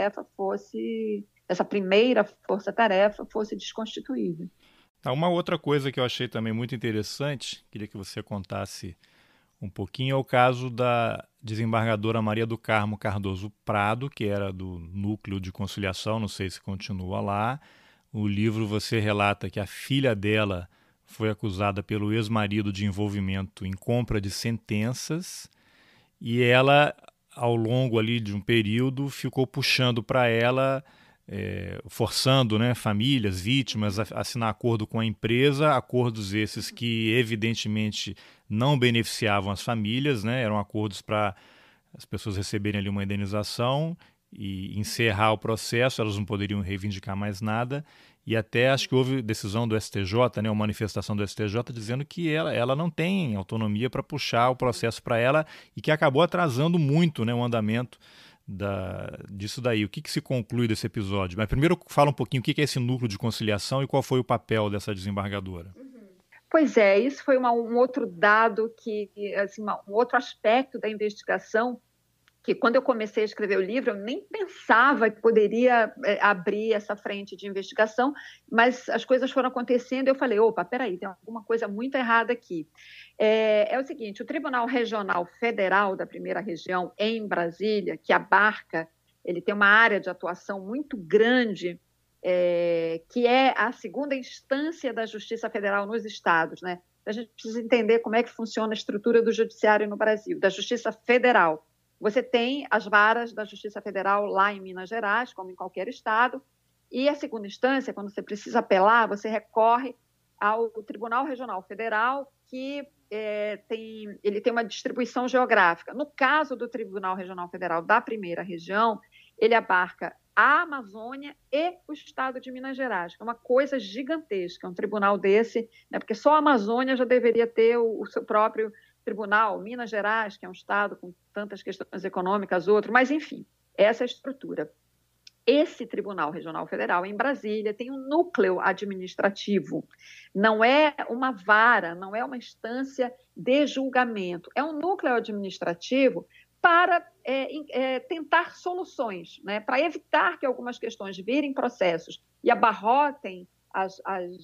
essa primeira força-tarefa fosse desconstituída. Uma outra coisa que eu achei também muito interessante, queria que você contasse um pouquinho, é o caso da desembargadora Maria do Carmo Cardoso Prado, que era do Núcleo de Conciliação, não sei se continua lá. O livro você relata que a filha dela foi acusada pelo ex-marido de envolvimento em compra de sentenças e ela ao longo ali de um período, ficou puxando para ela, forçando, né, famílias, vítimas a assinar acordo com a empresa, acordos esses que evidentemente não beneficiavam as famílias, né, eram acordos para as pessoas receberem ali uma indenização e encerrar o processo, elas não poderiam reivindicar mais nada. E até acho que houve decisão do STJ, né, uma manifestação do STJ dizendo que ela não tem autonomia para puxar o processo para ela e que acabou atrasando muito, né, o andamento disso daí. O que se conclui desse episódio? Mas primeiro fala um pouquinho o que é esse núcleo de conciliação e qual foi o papel dessa desembargadora. Pois é, isso foi um outro dado, assim, um outro aspecto da investigação, que quando eu comecei a escrever o livro, eu nem pensava que poderia abrir essa frente de investigação, mas as coisas foram acontecendo e eu falei, opa, peraí, tem alguma coisa muito errada aqui. É o seguinte, o Tribunal Regional Federal da Primeira Região, em Brasília, que abarca, ele tem uma área de atuação muito grande, que é a segunda instância da Justiça Federal nos estados, né? A gente precisa entender como é que funciona a estrutura do judiciário no Brasil, da Justiça Federal. Você tem as varas da Justiça Federal lá em Minas Gerais, como em qualquer estado, e a segunda instância, quando você precisa apelar, você recorre ao Tribunal Regional Federal, que ele tem uma distribuição geográfica. No caso do Tribunal Regional Federal da Primeira Região, ele abarca a Amazônia e o estado de Minas Gerais, que é uma coisa gigantesca, um tribunal desse, né, porque só a Amazônia já deveria ter o seu próprio tribunal, Minas Gerais, que é um estado com tantas questões econômicas, outro, mas enfim, essa é a estrutura. Esse Tribunal Regional Federal, em Brasília, tem um núcleo administrativo, não é uma vara, não é uma instância de julgamento, é um núcleo administrativo para tentar soluções, né, para evitar que algumas questões virem processos e abarrotem as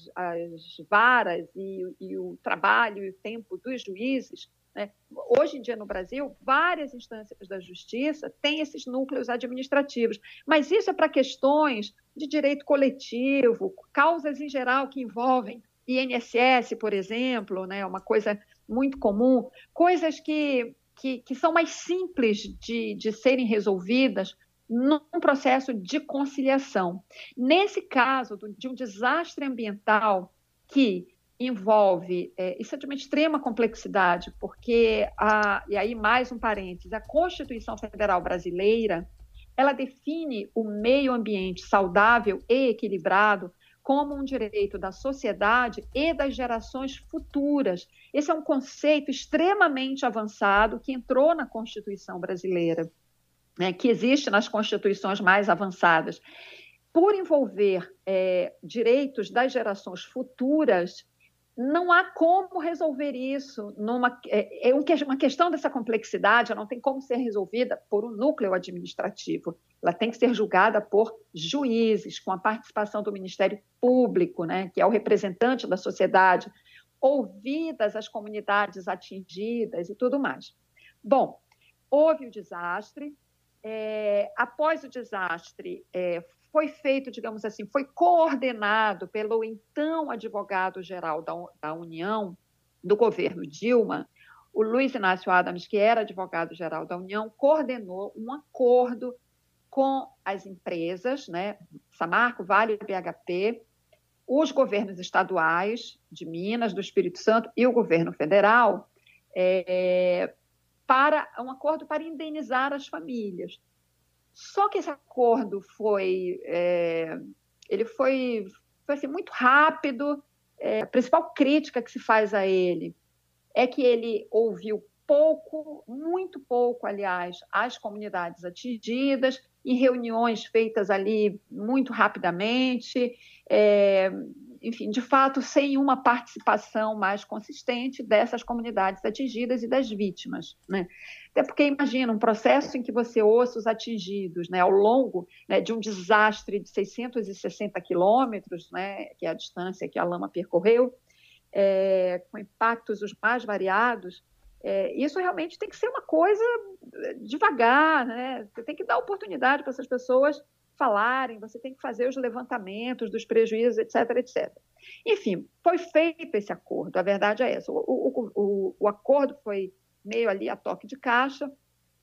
varas e o trabalho e o tempo dos juízes, né? Hoje em dia, no Brasil, várias instâncias da justiça têm esses núcleos administrativos, mas isso é para questões de direito coletivo, causas em geral que envolvem INSS, por exemplo, né? Uma coisa muito comum, coisas que são mais simples de serem resolvidas num processo de conciliação. Nesse caso de um desastre ambiental que envolve, isso é de uma extrema complexidade, porque, e aí mais um parênteses, a Constituição Federal Brasileira, ela define o meio ambiente saudável e equilibrado como um direito da sociedade e das gerações futuras. Esse é um conceito extremamente avançado que entrou na Constituição brasileira, né, que existe nas constituições mais avançadas. Por envolver direitos das gerações futuras, não há como resolver isso. Uma questão dessa complexidade, ela não tem como ser resolvida por um núcleo administrativo. Ela tem que ser julgada por juízes, com a participação do Ministério Público, né, que é o representante da sociedade, ouvidas as comunidades atingidas e tudo mais. Bom, houve o desastre. Após o desastre, foi feito, digamos assim, foi coordenado pelo então advogado-geral da União, do governo Dilma, o Luiz Inácio Adams, que era advogado-geral da União, coordenou um acordo com as empresas, né, Samarco, Vale e BHP, os governos estaduais de Minas, do Espírito Santo e o governo federal, para um acordo para indenizar as famílias. Só que esse acordo foi assim, muito rápido. A principal crítica que se faz a ele é que ele ouviu pouco, muito pouco, aliás, as comunidades atingidas, em reuniões feitas ali muito rapidamente, enfim, de fato, sem uma participação mais consistente dessas comunidades atingidas e das vítimas, né? Até porque, imagina, um processo em que você ouça os atingidos, né, ao longo, né, de um desastre de 660 quilômetros, né, que é a distância que a lama percorreu, com impactos os mais variados, isso realmente tem que ser uma coisa devagar, né? Você tem que dar oportunidade para essas pessoas falarem, você tem que fazer os levantamentos dos prejuízos, etc, etc. Enfim, foi feito esse acordo, a verdade é essa. O acordo foi meio ali a toque de caixa,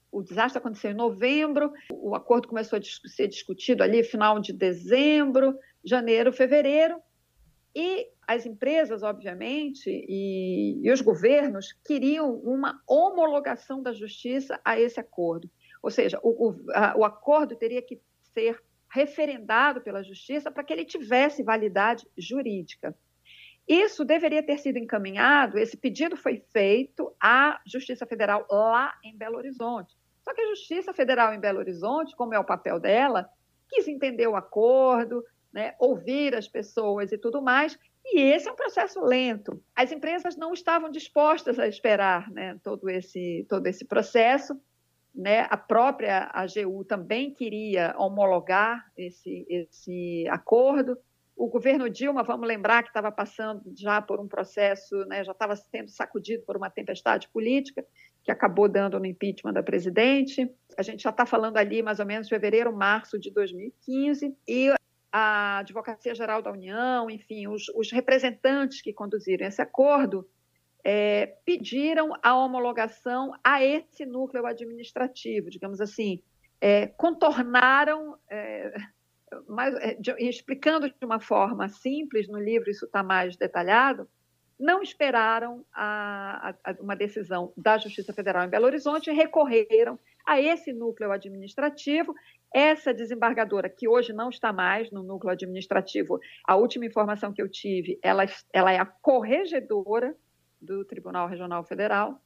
O desastre aconteceu em novembro, o acordo começou a ser discutido ali final de dezembro, janeiro, fevereiro, e as empresas, obviamente, e os governos queriam uma homologação da justiça a esse acordo. Ou seja, o acordo teria que ser referendado pela justiça para que ele tivesse validade jurídica. Isso deveria ter sido encaminhado, esse pedido foi feito à Justiça Federal lá em Belo Horizonte. Só que a Justiça Federal em Belo Horizonte, como é o papel dela, quis entender o acordo, né, ouvir as pessoas e tudo mais, e esse é um processo lento. As empresas não estavam dispostas a esperar, né, todo esse processo, né? A própria AGU também queria homologar esse acordo. O governo Dilma, vamos lembrar que estava passando já por um processo, né, já estava sendo sacudido por uma tempestade política, que acabou dando no impeachment da presidente. A gente já está falando ali mais ou menos de fevereiro, março de 2015, e a Advocacia Geral da União, enfim, os representantes que conduziram esse acordo pediram a homologação a esse núcleo administrativo, digamos assim, contornaram, explicando de uma forma simples, no livro isso está mais detalhado, não esperaram uma decisão da Justiça Federal em Belo Horizonte e recorreram a esse núcleo administrativo. Essa desembargadora, que hoje não está mais no núcleo administrativo, a última informação que eu tive, ela é a corregedora do Tribunal Regional Federal.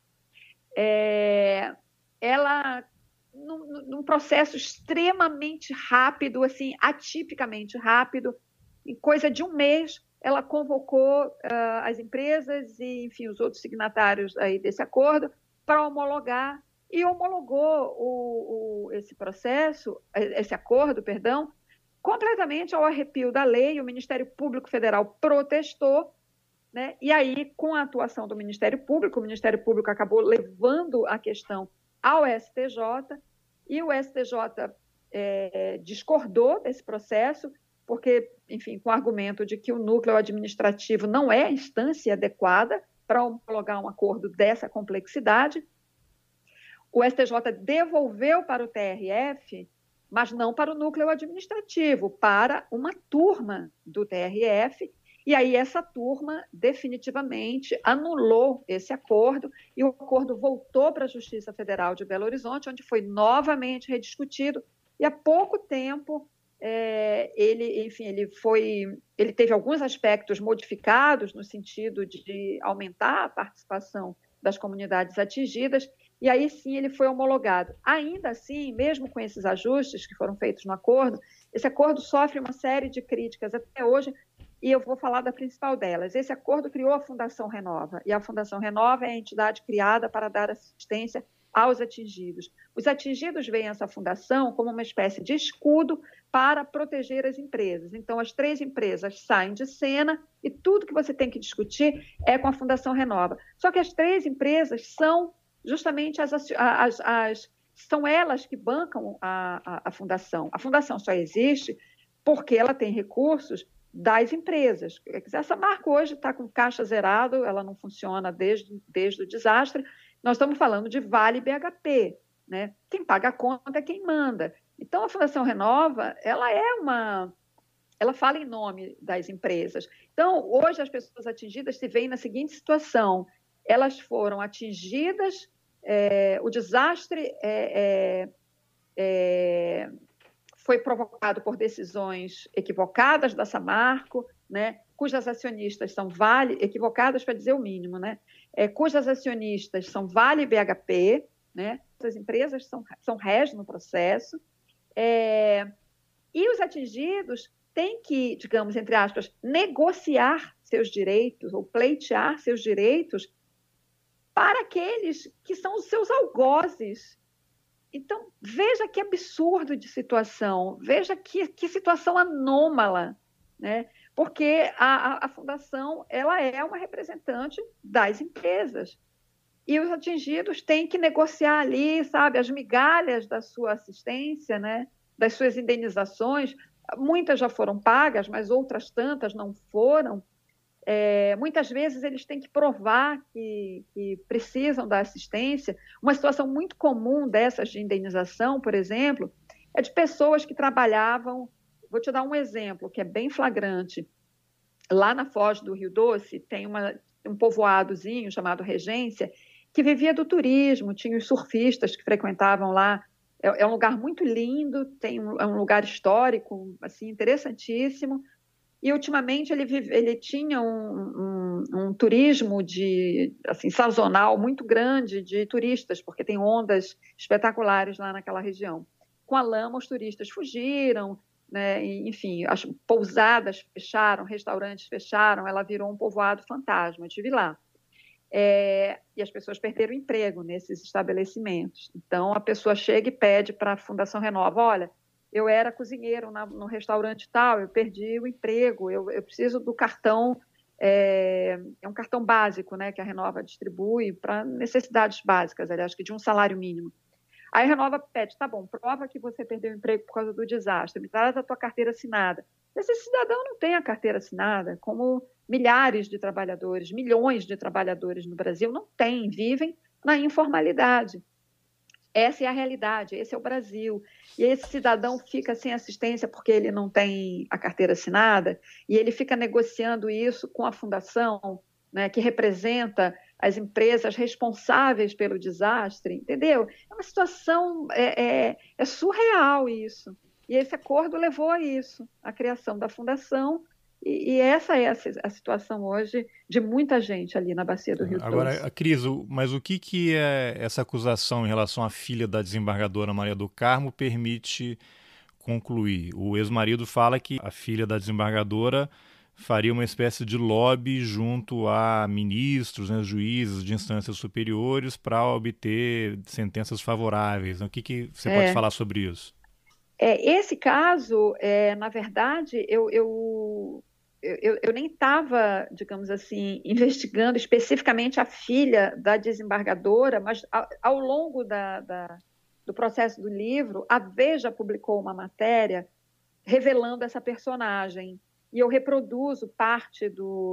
Ela, num processo extremamente rápido, assim, atipicamente rápido, em coisa de um mês, ela convocou as empresas e, enfim, os outros signatários aí desse acordo para homologar, e homologou esse acordo, completamente ao arrepio da lei. O Ministério Público Federal protestou, né? E aí, com a atuação do Ministério Público, o Ministério Público acabou levando a questão ao STJ, e o STJ discordou desse processo, porque, enfim, com o argumento de que o núcleo administrativo não é a instância adequada para homologar um acordo dessa complexidade. O STJ devolveu para o TRF, mas não para o núcleo administrativo, para uma turma do TRF, e aí essa turma definitivamente anulou esse acordo, e o acordo voltou para a Justiça Federal de Belo Horizonte, onde foi novamente rediscutido, e há pouco tempo ele teve alguns aspectos modificados no sentido de aumentar a participação das comunidades atingidas, e aí sim ele foi homologado. Ainda assim, mesmo com esses ajustes que foram feitos no acordo, esse acordo sofre uma série de críticas até hoje, e eu vou falar da principal delas. Esse acordo criou a Fundação Renova, e a Fundação Renova é a entidade criada para dar assistência aos atingidos. Os atingidos veem essa fundação como uma espécie de escudo para proteger as empresas. Então, as 3 empresas saem de cena e tudo que você tem que discutir é com a Fundação Renova. Só que as 3 empresas são justamente são elas que bancam a fundação. A fundação só existe porque ela tem recursos das empresas. A Samarco hoje está com caixa zerado, ela não funciona desde o desastre. Nós estamos falando de Vale BHP, né? Quem paga a conta é quem manda. Então, a Fundação Renova, ela fala em nome das empresas. Então, hoje as pessoas atingidas se veem na seguinte situação: elas foram atingidas, o desastre foi provocado por decisões equivocadas da Samarco, né, cujas acionistas são equivocadas para dizer o mínimo, né, cujas acionistas são Vale e BHP, né, essas empresas são réis no processo, e os atingidos têm que, digamos, entre aspas, negociar seus direitos ou pleitear seus direitos para aqueles que são os seus algozes. Então, veja que absurdo de situação, veja que situação anômala, né? Porque a fundação ela é uma representante das empresas, e os atingidos têm que negociar ali, sabe, as migalhas da sua assistência, né? Das suas indenizações. Muitas já foram pagas, mas outras tantas não foram. Muitas vezes eles têm que provar que precisam da assistência. Uma situação muito comum dessas de indenização, por exemplo, é de pessoas que trabalhavam. Vou te dar um exemplo que é bem flagrante. Lá na Foz do Rio Doce tem um povoadozinho chamado Regência, que vivia do turismo, tinha os surfistas que frequentavam lá. É um lugar muito lindo, é um lugar histórico, assim, interessantíssimo. E, ultimamente, ele tinha um turismo assim, sazonal muito grande de turistas, porque tem ondas espetaculares lá naquela região. Com a lama, os turistas fugiram, né? E, enfim, as pousadas fecharam, restaurantes fecharam, ela virou um povoado fantasma, eu estive lá. E as pessoas perderam emprego nesses estabelecimentos. Então, a pessoa chega e pede para a Fundação Renova, olha, eu era cozinheiro no restaurante tal, eu perdi o emprego, eu preciso do cartão, é um cartão básico, né, que a Renova distribui para necessidades básicas, aliás, que de um salário mínimo. Aí a Renova pede, tá bom, prova que você perdeu o emprego por causa do desastre, me traz a tua carteira assinada. Esse cidadão não tem a carteira assinada, como milhares de trabalhadores, milhões de trabalhadores no Brasil não têm, vivem na informalidade. Essa é a realidade, esse é o Brasil. E esse cidadão fica sem assistência porque ele não tem a carteira assinada e ele fica negociando isso com a fundação, né, que representa as empresas responsáveis pelo desastre, entendeu? É uma situação, é surreal isso. E esse acordo levou a isso, a criação da fundação, e essa é a situação hoje de muita gente ali na Bacia do Rio Doce. Agora, Cris, mas o que é essa acusação em relação à filha da desembargadora Maria do Carmo permite concluir? O ex-marido fala que a filha da desembargadora faria uma espécie de lobby junto a ministros, né, juízes de instâncias superiores para obter sentenças favoráveis. O que você pode falar sobre isso? Esse caso, na verdade, eu nem estava, digamos assim, investigando especificamente a filha da desembargadora, mas ao longo do processo do livro, a Veja publicou uma matéria revelando essa personagem. E eu reproduzo parte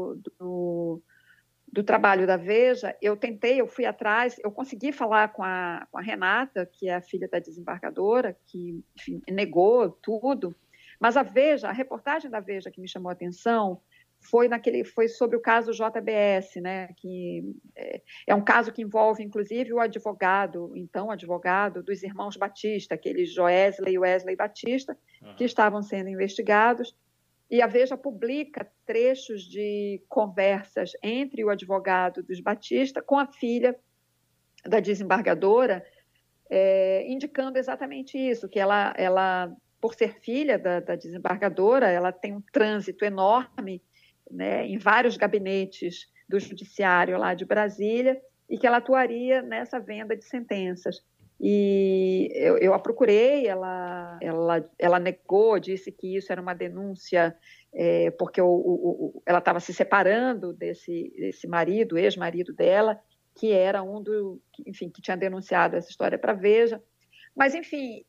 do trabalho da Veja. Eu fui atrás, eu consegui falar com a Renata, que é a filha da desembargadora, que, enfim, negou tudo. Mas a reportagem da Veja que me chamou a atenção foi sobre o caso JBS, né? Que é um caso que envolve, inclusive, o advogado dos irmãos Batista, aqueles Joesley e Wesley Batista, que estavam sendo investigados. E a Veja publica trechos de conversas entre o advogado dos Batista com a filha da desembargadora, indicando exatamente isso, que ela por ser filha da desembargadora, ela tem um trânsito enorme, né, em vários gabinetes do judiciário lá de Brasília, e que ela atuaria nessa venda de sentenças. E eu a procurei, ela negou, disse que isso era uma denúncia porque ela estava se separando desse marido, ex-marido dela, que era que tinha denunciado essa história para a Veja. Mas, enfim,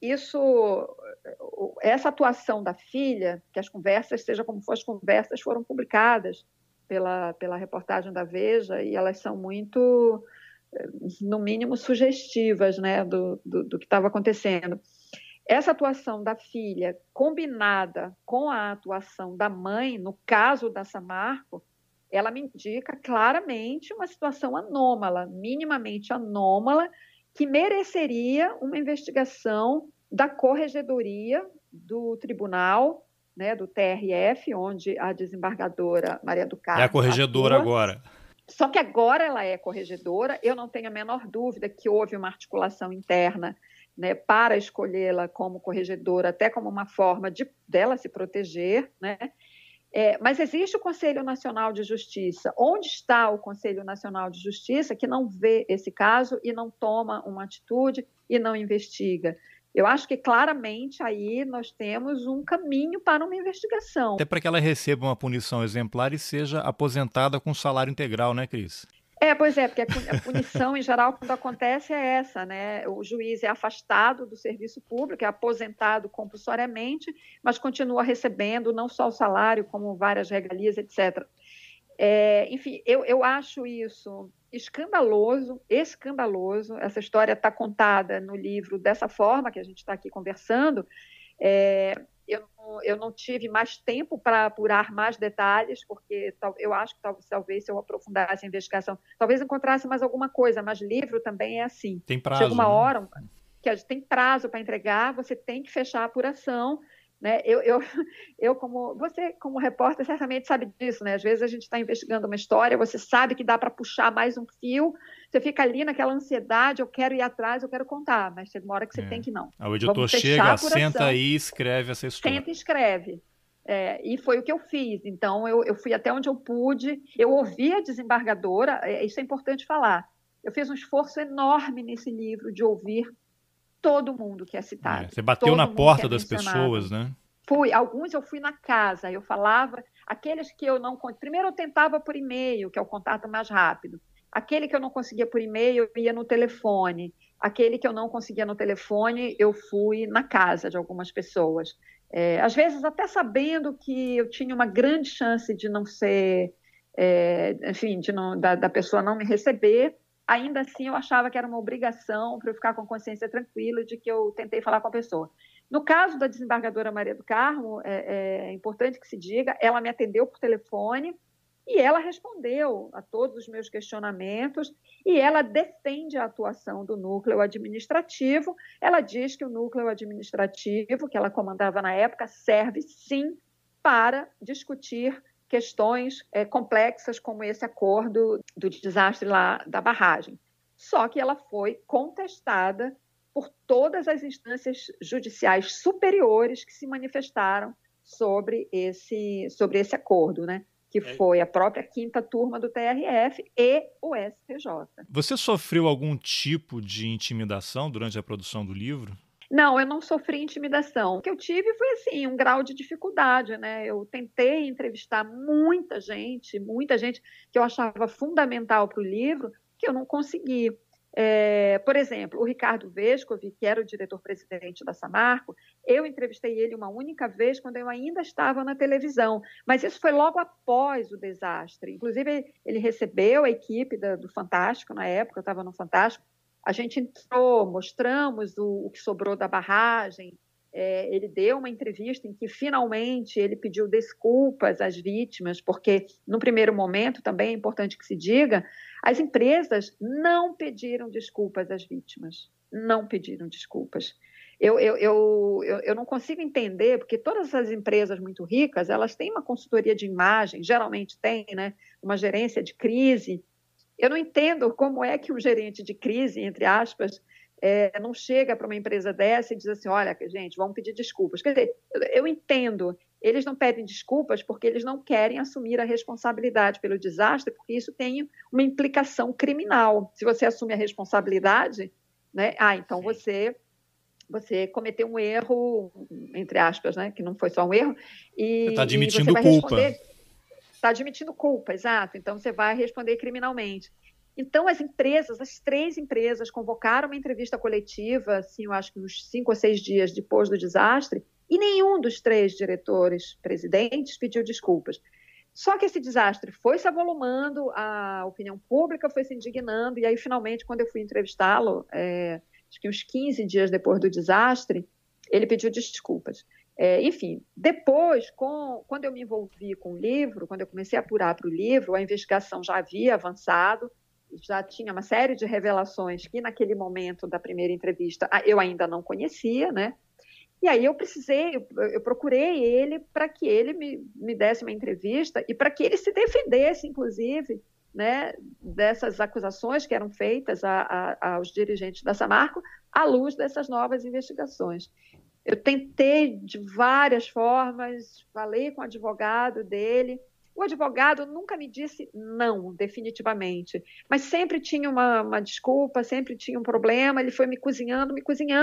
essa atuação da filha, que as conversas, seja como for, as conversas foram publicadas pela reportagem da Veja, e elas são muito, no mínimo, sugestivas, né, do que estava acontecendo. Essa atuação da filha, combinada com a atuação da mãe, no caso da Samarco, ela me indica claramente uma situação anômala, minimamente anômala, que mereceria uma investigação da corregedoria do tribunal, né, do TRF, onde a desembargadora Maria do Carmo é a corregedora atua. Agora. Só que agora ela é corregedora. Eu não tenho a menor dúvida que houve uma articulação interna, né, para escolhê-la como corregedora, até como uma forma dela se proteger, né? Mas existe o Conselho Nacional de Justiça. Onde está o Conselho Nacional de Justiça que não vê esse caso e não toma uma atitude e não investiga? Eu acho que claramente aí nós temos um caminho para uma investigação. Até para que ela receba uma punição exemplar e seja aposentada com salário integral, né, Cris? Pois é, porque a punição, em geral, quando acontece é essa, né? O juiz é afastado do serviço público, é aposentado compulsoriamente, mas continua recebendo não só o salário, como várias regalias, etc. Enfim, eu acho isso escandaloso, escandaloso. Essa história está contada no livro dessa forma que a gente está aqui conversando. É, eu não tive mais tempo para apurar mais detalhes, porque eu acho que talvez se eu aprofundasse a investigação, talvez encontrasse mais alguma coisa, mas livro também é assim. Tem Chega prazo, uma né? hora que a gente tem prazo para entregar, você tem que fechar a apuração, né? Você, como repórter, certamente sabe disso, né? Às vezes a gente está investigando uma história, você sabe que dá para puxar mais um fio, você fica ali naquela ansiedade, eu quero ir atrás, eu quero contar, mas chega uma hora que você tem que não. O editor Vamos fechar a chega, senta apuração, aí e escreve essa história. senta e escreve. E foi o que eu fiz. Então, eu fui até onde eu pude, eu ouvi a desembargadora, isso é importante falar. Eu fiz um esforço enorme nesse livro de ouvir todo mundo que é citado. Você bateu na todo mundo que porta é das mencionado. pessoas, né? Alguns eu fui na casa, eu falava, aqueles que eu não... Primeiro eu tentava por e-mail, que é o contato mais rápido. Aquele que eu não conseguia por e-mail, eu ia no telefone. Aquele que eu não conseguia no telefone, eu fui na casa de algumas pessoas. Às vezes até sabendo que eu tinha uma grande chance de não ser, enfim, da pessoa não me receber, ainda assim eu achava que era uma obrigação para eu ficar com a consciência tranquila de que eu tentei falar com a pessoa. No caso da desembargadora Maria do Carmo, é importante que se diga, ela me atendeu por telefone e ela respondeu a todos os meus questionamentos e ela defende a atuação do núcleo administrativo. Ela diz que o núcleo administrativo, que ela comandava na época, serve sim para discutir questões complexas como esse acordo do desastre lá da barragem. Só que ela foi contestada por todas as instâncias judiciais superiores que se manifestaram sobre esse acordo, né? Que foi a própria quinta turma do TRF e o STJ. Você sofreu algum tipo de intimidação durante a produção do livro? Não, eu não sofri intimidação. O que eu tive foi assim, um grau de dificuldade, né? Eu tentei entrevistar muita gente que eu achava fundamental para o livro, que eu não consegui. Por exemplo, o Ricardo Vescovi, que era o diretor-presidente da Samarco, eu entrevistei ele uma única vez quando eu ainda estava na televisão, mas isso foi logo após o desastre. Inclusive, ele recebeu a equipe do Fantástico, na época eu estava no Fantástico, a gente entrou, mostramos o que sobrou da barragem, ele deu uma entrevista em que finalmente ele pediu desculpas às vítimas, porque no primeiro momento, também é importante que se diga, as empresas não pediram desculpas às vítimas, não pediram desculpas. Eu não consigo entender, porque todas essas empresas muito ricas, elas têm uma consultoria de imagem, geralmente tem, né, uma gerência de crise. Eu não entendo como é que um gerente de crise, entre aspas, não chega para uma empresa dessa e diz assim, olha, gente, vamos pedir desculpas. Quer dizer, eu entendo, eles não pedem desculpas porque eles não querem assumir a responsabilidade pelo desastre, porque isso tem uma implicação criminal. Se você assume a responsabilidade, né, então você cometeu um erro, entre aspas, né, que não foi só um erro, Você está e você admitindo vai culpa. Está admitindo culpa, exato. Então, você vai responder criminalmente. Então, as três empresas convocaram uma entrevista coletiva, assim, eu acho que uns 5 ou 6 dias depois do desastre, e nenhum dos 3 diretores presidentes pediu desculpas. Só que esse desastre foi se avolumando, a opinião pública foi se indignando, e aí, finalmente, quando eu fui entrevistá-lo, acho que uns 15 dias depois do desastre, ele pediu desculpas. Enfim, depois, quando eu me envolvi com o livro, quando eu comecei a apurar para o livro, a investigação já havia avançado, já tinha uma série de revelações que naquele momento da primeira entrevista eu ainda não conhecia, né? E aí eu procurei ele para que ele me desse uma entrevista e para que ele se defendesse, inclusive, né, dessas acusações que eram feitas aos dirigentes da Samarco à luz dessas novas investigações. Eu tentei de várias formas, falei com o advogado dele. O advogado nunca me disse não, definitivamente, mas sempre tinha uma desculpa, sempre tinha um problema. Ele foi me cozinhando,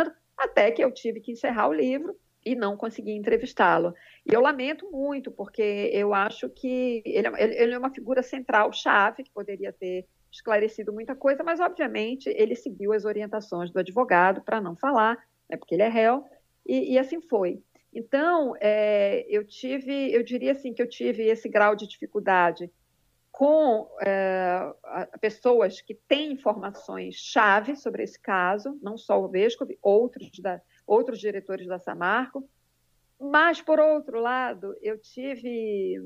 até que eu tive que encerrar o livro e não consegui entrevistá-lo. E eu lamento muito, porque eu acho que ele é uma figura central, chave, que poderia ter esclarecido muita coisa, mas, obviamente, ele seguiu as orientações do advogado para não falar, né, porque ele é réu. E assim foi. Então, eu diria assim que eu tive esse grau de dificuldade com pessoas que têm informações-chave sobre esse caso, não só o Vescovi, outros diretores da Samarco. Mas, por outro lado, eu tive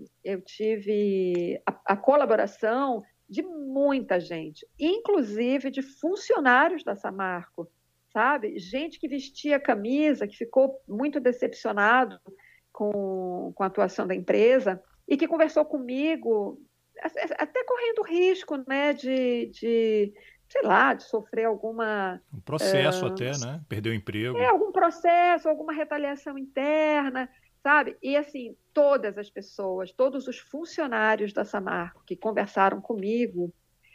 a colaboração de muita gente, inclusive de funcionários da Samarco, sabe? Gente que vestia a camisa, que ficou muito decepcionado com a atuação da empresa e que conversou comigo, até correndo risco, né, sei lá, de sofrer alguma... Um processo até, né? Perdeu o emprego. Algum processo, alguma retaliação interna, sabe? E, assim, todas as pessoas, todos os funcionários da Samarco que conversaram comigo,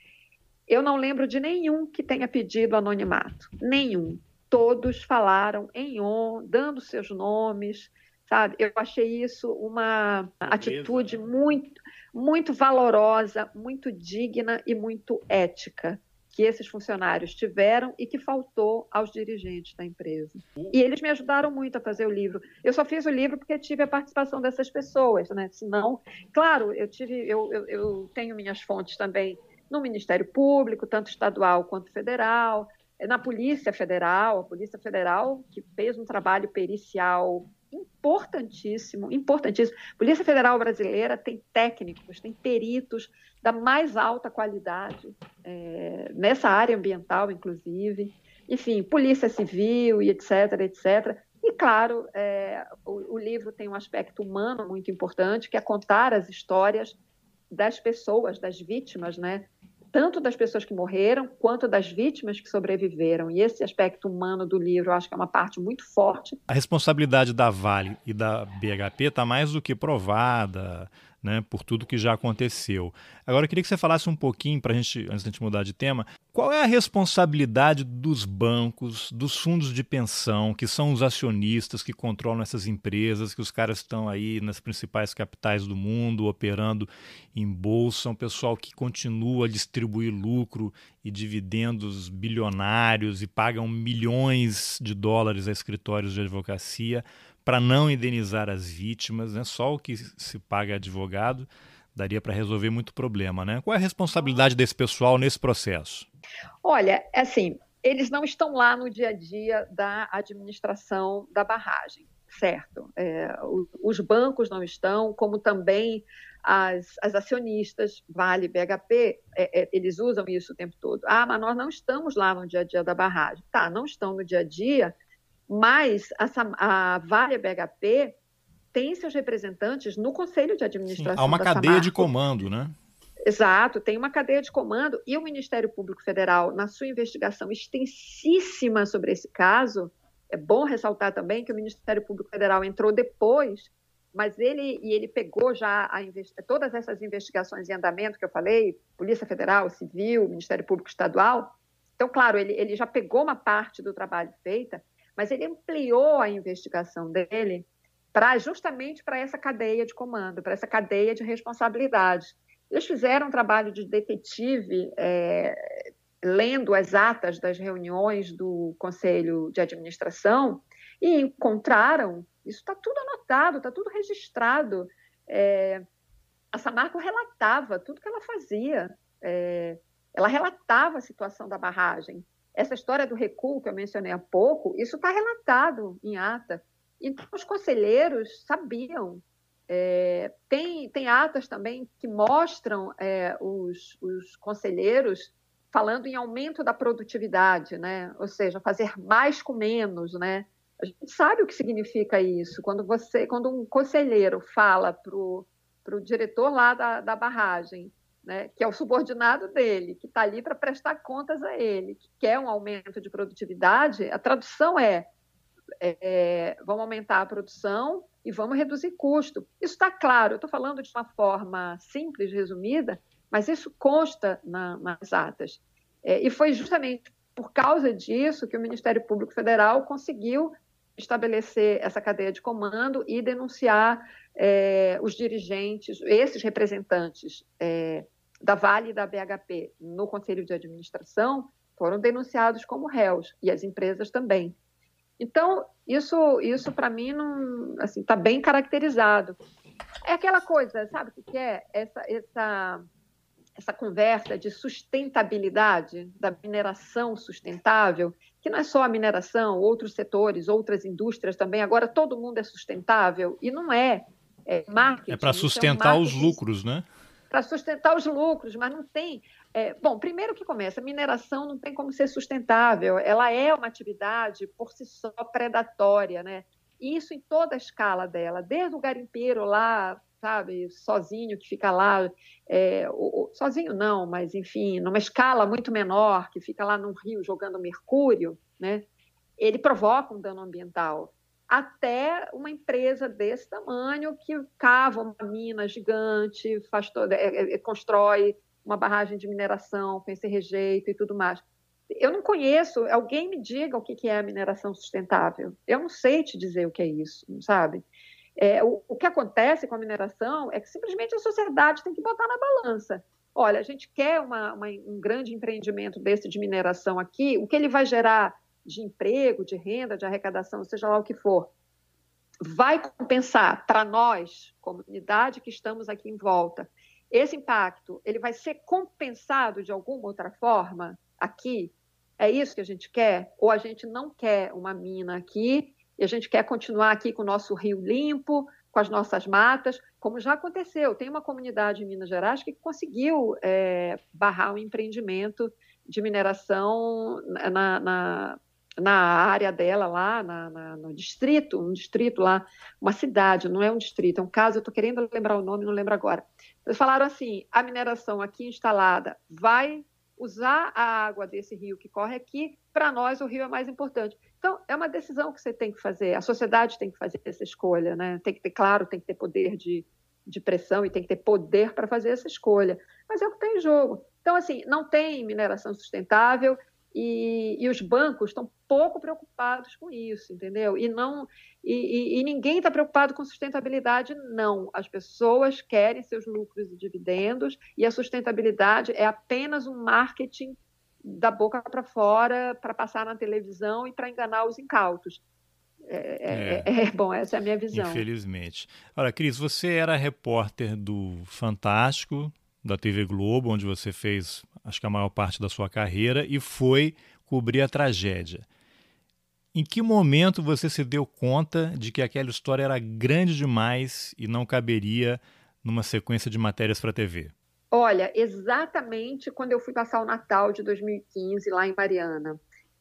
eu não lembro de nenhum que tenha pedido anonimato. Nenhum. Todos falaram em on, dando seus nomes, sabe? Eu achei isso uma atitude muito, muito valorosa, muito digna e muito ética que esses funcionários tiveram e que faltou aos dirigentes da empresa. E eles me ajudaram muito a fazer o livro. Eu só fiz o livro porque tive a participação dessas pessoas, né? Senão, claro, eu tenho minhas fontes também no Ministério Público, tanto estadual quanto federal, na Polícia Federal, a Polícia Federal que fez um trabalho pericial importantíssimo, importantíssimo. A Polícia Federal brasileira tem técnicos, tem peritos da mais alta qualidade, nessa área ambiental, inclusive. Enfim, Polícia Civil e etc, etc. E, claro, o livro tem um aspecto humano muito importante, que é contar as histórias das pessoas, das vítimas, né? Tanto das pessoas que morreram, quanto das vítimas que sobreviveram. E esse aspecto humano do livro, eu acho que é uma parte muito forte. A responsabilidade da Vale e da BHP está mais do que provada, né, por tudo que já aconteceu. Agora, eu queria que você falasse um pouquinho, antes de a gente mudar de tema, qual é a responsabilidade dos bancos, dos fundos de pensão, que são os acionistas que controlam essas empresas, que os caras estão aí nas principais capitais do mundo, operando em bolsa, um pessoal que continua a distribuir lucro e dividendos bilionários e pagam milhões de dólares a escritórios de advocacia para não indenizar as vítimas, né? Só o que se paga advogado daria para resolver muito problema, né? Qual é a responsabilidade desse pessoal nesse processo? Olha, assim, eles não estão lá no dia a dia da administração da barragem, certo? Os bancos não estão, como também as acionistas, Vale, BHP, eles usam isso o tempo todo. Ah, mas nós não estamos lá no dia a dia da barragem. Tá, não estão no dia a dia, mas a Vale e a BHP tem seus representantes no Conselho de Administração. Sim, há uma cadeia de comando, né? Exato, tem uma cadeia de comando e o Ministério Público Federal, na sua investigação extensíssima sobre esse caso, é bom ressaltar também que o Ministério Público Federal entrou depois, mas ele pegou já todas essas investigações em andamento que eu falei, Polícia Federal, Civil, Ministério Público Estadual. Então, claro, ele já pegou uma parte do trabalho feita, mas ele ampliou a investigação dele justamente para essa cadeia de comando, para essa cadeia de responsabilidade. Eles fizeram um trabalho de detetive, lendo as atas das reuniões do Conselho de Administração e encontraram, isso está tudo anotado, está tudo registrado. A Samarco relatava tudo que ela fazia, ela relatava a situação da barragem. Essa história do recuo que eu mencionei há pouco, isso está relatado em ata. Então, os conselheiros sabiam. Tem atas também que mostram os conselheiros falando em aumento da produtividade, né? Ou seja, fazer mais com menos, né? A gente sabe o que significa isso. Quando um conselheiro fala para o diretor lá da barragem, né, que é o subordinado dele, que está ali para prestar contas a ele, que quer um aumento de produtividade, a tradução vamos aumentar a produção e vamos reduzir custo. Isso está claro, eu estou falando de uma forma simples, resumida, mas isso consta nas atas. E foi justamente por causa disso que o Ministério Público Federal conseguiu estabelecer essa cadeia de comando e denunciar os dirigentes, esses representantes da Vale e da BHP no Conselho de Administração foram denunciados como réus, e as empresas também. Então, isso para mim está bem caracterizado. É aquela coisa, sabe o que é? essa conversa de sustentabilidade, da mineração sustentável, que não é só a mineração, outros setores, outras indústrias também. Agora todo mundo é sustentável e não é. É É para marketing, isso é um sustentar os marketing lucros, né? para sustentar os lucros, mas não tem. Bom, primeiro que começa, a mineração não tem como ser sustentável, ela é uma atividade por si só predatória, né? E isso em toda a escala dela, desde o garimpeiro lá, sabe, sozinho, que fica lá, sozinho não, mas enfim, numa escala muito menor, que fica lá num rio jogando mercúrio, né? Ele provoca um dano ambiental. Até uma empresa desse tamanho que cava uma mina gigante, constrói uma barragem de mineração com esse rejeito e tudo mais. Eu não conheço, alguém me diga o que é a mineração sustentável. Eu não sei te dizer o que é isso, sabe? O que acontece com a mineração é que simplesmente a sociedade tem que botar na balança. Olha, a gente quer um grande empreendimento desse de mineração aqui, o que ele vai gerar de emprego, de renda, de arrecadação, seja lá o que for, vai compensar para nós, comunidade que estamos aqui em volta, esse impacto, ele vai ser compensado de alguma outra forma aqui? É isso que a gente quer? Ou a gente não quer uma mina aqui e a gente quer continuar aqui com o nosso rio limpo, com as nossas matas, como já aconteceu. Tem uma comunidade em Minas Gerais que conseguiu barrar um empreendimento de mineração na área dela lá, no distrito, um distrito lá, uma cidade, não é um distrito, é um caso, eu estou querendo lembrar o nome, não lembro agora. Eles falaram assim, a mineração aqui instalada vai usar a água desse rio que corre aqui, para nós o rio é mais importante. Então, é uma decisão que você tem que fazer, a sociedade tem que fazer essa escolha, né? Tem que ter, claro, tem que ter poder de pressão e tem que ter poder para fazer essa escolha, mas é o que tem em jogo. Então, assim, não tem mineração sustentável, e os bancos estão pouco preocupados com isso, entendeu? E ninguém está preocupado com sustentabilidade, não. As pessoas querem seus lucros e dividendos e a sustentabilidade é apenas um marketing da boca para fora para passar na televisão e para enganar os incautos. Bom, essa é a minha visão. Infelizmente. Olha, Cris, você era repórter do Fantástico, da TV Globo, onde você fez, acho que a maior parte da sua carreira, e foi cobrir a tragédia. Em que momento você se deu conta de que aquela história era grande demais e não caberia numa sequência de matérias para a TV? Olha, exatamente quando eu fui passar o Natal de 2015 lá em Mariana.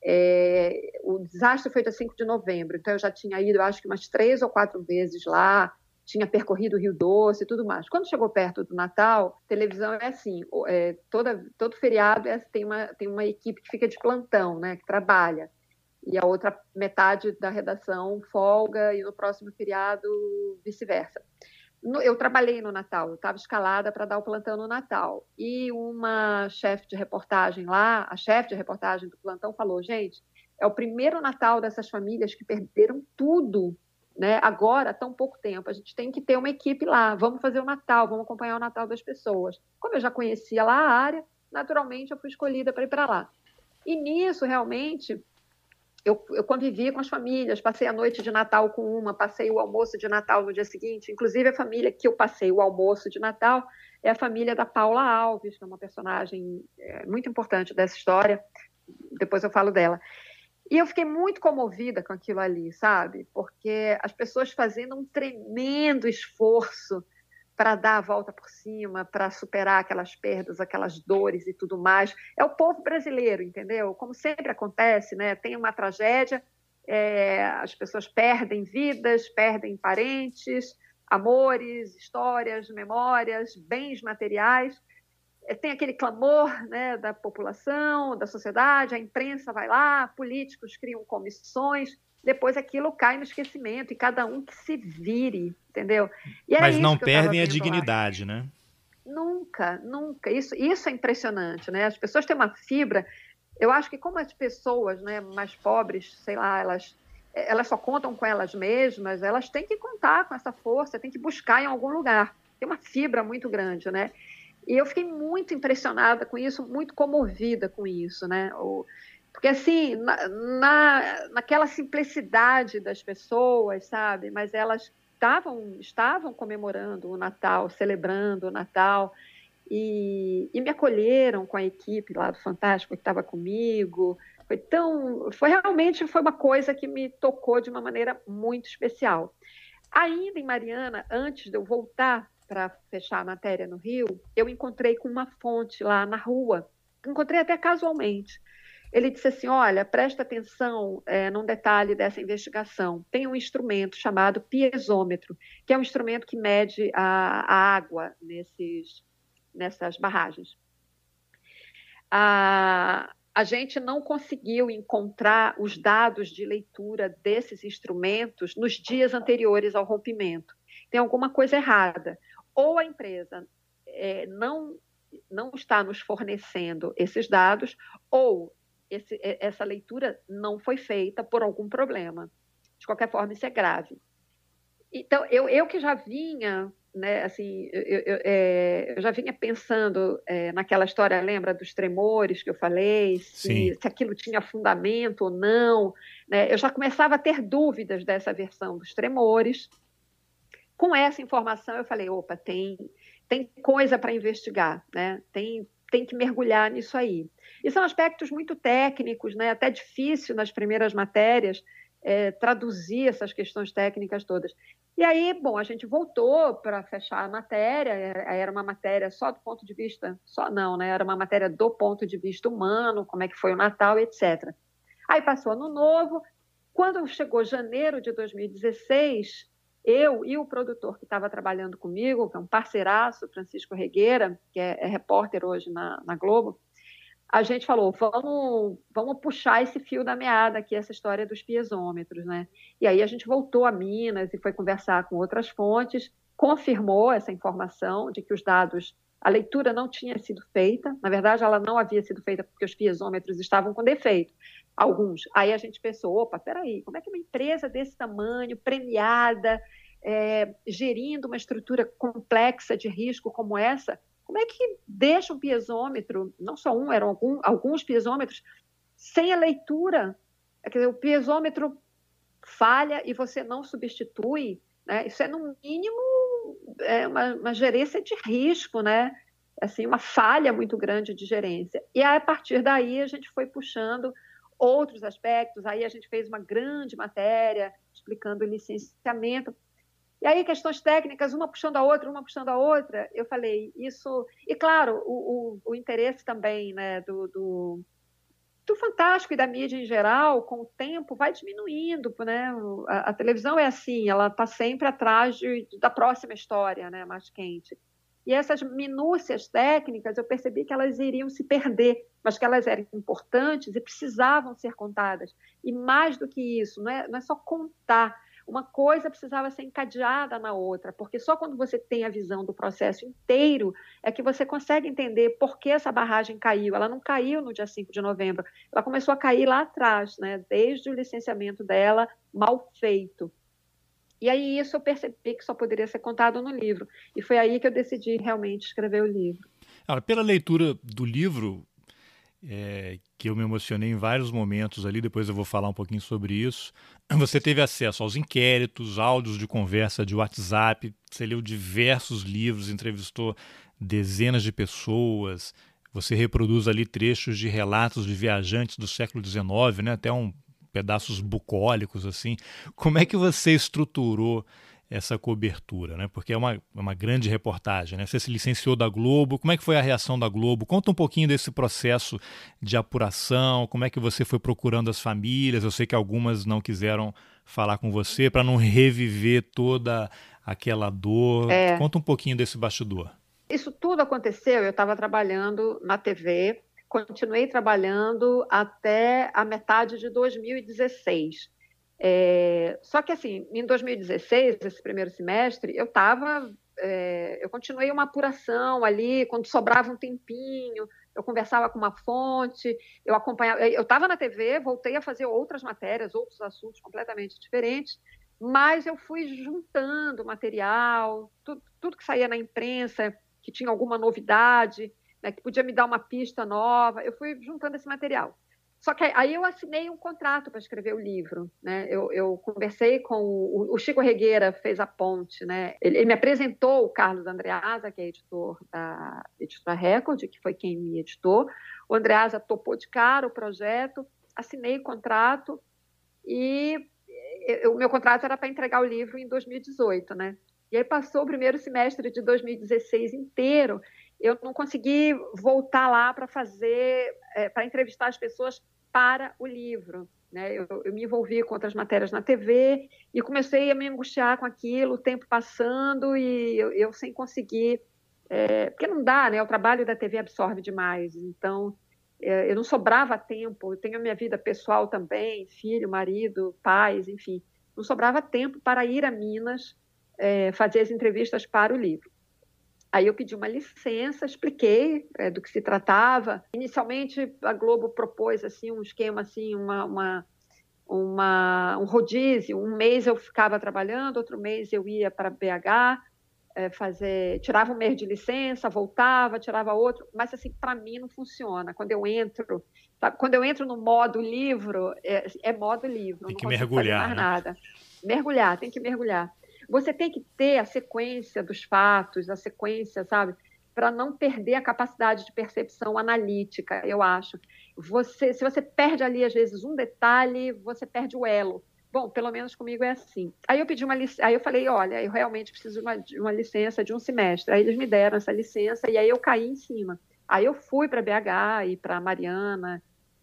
O desastre foi dia 5 de novembro, então eu já tinha ido, eu acho que umas 3 ou 4 vezes lá, tinha percorrido o Rio Doce e tudo mais. Quando chegou perto do Natal, televisão é assim, todo feriado tem uma equipe que fica de plantão, né, que trabalha, e a outra metade da redação folga, e no próximo feriado, vice-versa. Eu trabalhei no Natal, eu estava escalada para dar o plantão no Natal. E uma chefe de reportagem lá, a chefe de reportagem do plantão falou, gente, é o primeiro Natal dessas famílias que perderam tudo, né? Agora, há tão pouco tempo, a gente tem que ter uma equipe lá, vamos fazer o Natal, vamos acompanhar o Natal das pessoas. Como eu já conhecia lá a área, naturalmente eu fui escolhida para ir para lá. E nisso, realmente, eu convivi com as famílias, passei a noite de Natal com uma, passei o almoço de Natal no dia seguinte. Inclusive, a família que eu passei o almoço de Natal é a família da Paula Alves, que é uma personagem muito importante dessa história. Depois eu falo dela. E eu fiquei muito comovida com aquilo ali, sabe? Porque as pessoas fazendo um tremendo esforço para dar a volta por cima, para superar aquelas perdas, aquelas dores e tudo mais. É o povo brasileiro, entendeu? Como sempre acontece, né? Tem uma tragédia, as pessoas perdem vidas, perdem parentes, amores, histórias, memórias, bens materiais. Tem aquele clamor, né, da população, da sociedade, a imprensa vai lá, políticos criam comissões, depois aquilo cai no esquecimento e cada um que se vire, entendeu? E era Mas isso não que eu estava perdem a vendo lá. dignidade, né? Nunca, nunca. Isso é impressionante, né? As pessoas têm uma fibra. Eu acho que como as pessoas, né, mais pobres, sei lá, elas só contam com elas mesmas, elas têm que contar com essa força, têm que buscar em algum lugar. Tem uma fibra muito grande, né? E eu fiquei muito impressionada com isso, muito comovida com isso, né? Porque, assim, naquela simplicidade das pessoas, sabe? Mas elas estavam comemorando o Natal, celebrando o Natal. e me acolheram com a equipe lá do Fantástico que estava comigo. Realmente foi uma coisa que me tocou de uma maneira muito especial. Ainda em Mariana, antes de eu voltar para fechar a matéria no Rio, eu encontrei com uma fonte lá na rua, encontrei até casualmente. Ele disse assim: olha, presta atenção num detalhe dessa investigação. Tem um instrumento chamado piezômetro, que é um instrumento que mede a água nessas barragens. A gente não conseguiu encontrar os dados de leitura desses instrumentos nos dias anteriores ao rompimento. Tem alguma coisa errada. Ou a empresa não está nos fornecendo esses dados, ou essa leitura não foi feita por algum problema. De qualquer forma, isso é grave. Então, eu que já vinha, né, assim, eu já vinha pensando naquela história, lembra dos tremores que eu falei, se aquilo tinha fundamento ou não, né? Eu já começava a ter dúvidas dessa versão dos tremores. Com essa informação, eu falei, opa, tem coisa para investigar, né? Tem que mergulhar nisso aí. E são aspectos muito técnicos, né? Até difícil nas primeiras matérias traduzir essas questões técnicas todas. E aí, bom, a gente voltou para fechar a matéria, era uma matéria só do ponto de vista, só não, né? Era uma matéria do ponto de vista humano, como é que foi o Natal, etc. Aí passou Ano Novo, quando chegou janeiro de 2016, eu e o produtor que estava trabalhando comigo, que é um parceiraço, Francisco Regueira, que é repórter hoje na Globo, a gente falou, vamos puxar esse fio da meada aqui, essa história dos piezômetros, né? E aí a gente voltou a Minas e foi conversar com outras fontes, confirmou essa informação de que os dados, a leitura não tinha sido feita, na verdade ela não havia sido feita porque os piezômetros estavam com defeito, alguns. Aí a gente pensou, opa, peraí, como é que uma empresa desse tamanho, premiada, gerindo uma estrutura complexa de risco como essa, como é que deixa um piezômetro, não só um, eram alguns piezômetros, sem a leitura? Quer dizer, o piezômetro falha e você não substitui, né? Isso é, no mínimo, uma gerência de risco, né? Assim, uma falha muito grande de gerência. E aí, a partir daí a gente foi puxando outros aspectos, aí a gente fez uma grande matéria explicando o licenciamento. E aí, questões técnicas, uma puxando a outra, eu falei, isso... E, claro, o interesse também, né, do Fantástico e da mídia em geral, com o tempo, vai diminuindo, né? A televisão é assim, ela está sempre atrás da próxima história, né, mais quente. E essas minúcias técnicas, eu percebi que elas iriam se perder, mas que elas eram importantes e precisavam ser contadas. E mais do que isso, não é só contar, uma coisa precisava ser encadeada na outra, porque só quando você tem a visão do processo inteiro é que você consegue entender por que essa barragem caiu. Ela não caiu no dia 5 de novembro, ela começou a cair lá atrás, né? Desde o licenciamento dela, mal feito. E aí isso eu percebi que só poderia ser contado no livro. E foi aí que eu decidi realmente escrever o livro. Pela leitura do livro, que eu me emocionei em vários momentos ali, depois eu vou falar um pouquinho sobre isso. Você teve acesso aos inquéritos, áudios de conversa de WhatsApp, você leu diversos livros, entrevistou dezenas de pessoas, você reproduz ali trechos de relatos de viajantes do século XIX, né, até pedaços bucólicos, assim. Como é que você estruturou essa cobertura, né? Porque é uma grande reportagem, né? Você se licenciou da Globo, como é que foi a reação da Globo? Conta um pouquinho desse processo de apuração, como é que você foi procurando as famílias, eu sei que algumas não quiseram falar com você para não reviver toda aquela dor. Conta um pouquinho desse bastidor. Isso tudo aconteceu, eu estava trabalhando na TV, continuei trabalhando até a metade de 2016. Só que, assim, em 2016, esse primeiro semestre, eu continuei uma apuração ali, quando sobrava um tempinho, eu conversava com uma fonte, eu acompanhava, eu estava na TV, voltei a fazer outras matérias, outros assuntos completamente diferentes, mas eu fui juntando material, tudo que saía na imprensa, que tinha alguma novidade, né, que podia me dar uma pista nova, eu fui juntando esse material. Só que aí eu assinei um contrato para escrever o livro, né? Eu conversei com o Chico Regueira, fez a ponte, né? Ele me apresentou o Carlos Andreasa, que é editor da Editora Record, que foi quem me editou. O Andreasa topou de cara o projeto, assinei o contrato e o meu contrato era para entregar o livro em 2018, né? E aí passou o primeiro semestre de 2016 inteiro, eu não consegui voltar lá para para entrevistar as pessoas para o livro, né? Eu me envolvi com outras matérias na TV e comecei a me angustiar com aquilo, o tempo passando e eu sem conseguir, porque não dá, né? O trabalho da TV absorve demais, então eu não sobrava tempo, eu tenho a minha vida pessoal também, filho, marido, pais, enfim, não sobrava tempo para ir a Minas fazer as entrevistas para o livro. Aí eu pedi uma licença, expliquei do que se tratava. Inicialmente, a Globo propôs assim, um esquema, assim, um rodízio. Um mês eu ficava trabalhando, outro mês eu ia para BH, tirava um mês de licença, voltava, tirava outro. Mas, assim, para mim não funciona. Quando eu entro, sabe? Quando eu entro no modo livro, é modo livro, tem não que consigo fazer mergulhar, mais né? nada. Mergulhar, tem que mergulhar. Você tem que ter a sequência dos fatos, a sequência, sabe? Para não perder a capacidade de percepção analítica, eu acho. Se você perde ali, às vezes, um detalhe, você perde o elo. Bom, pelo menos comigo é assim. Aí eu pedi uma licença, aí eu falei, olha, eu realmente preciso de uma licença de um semestre. Aí eles me deram essa licença e aí eu caí em cima. Aí eu fui para BH e para Mariana,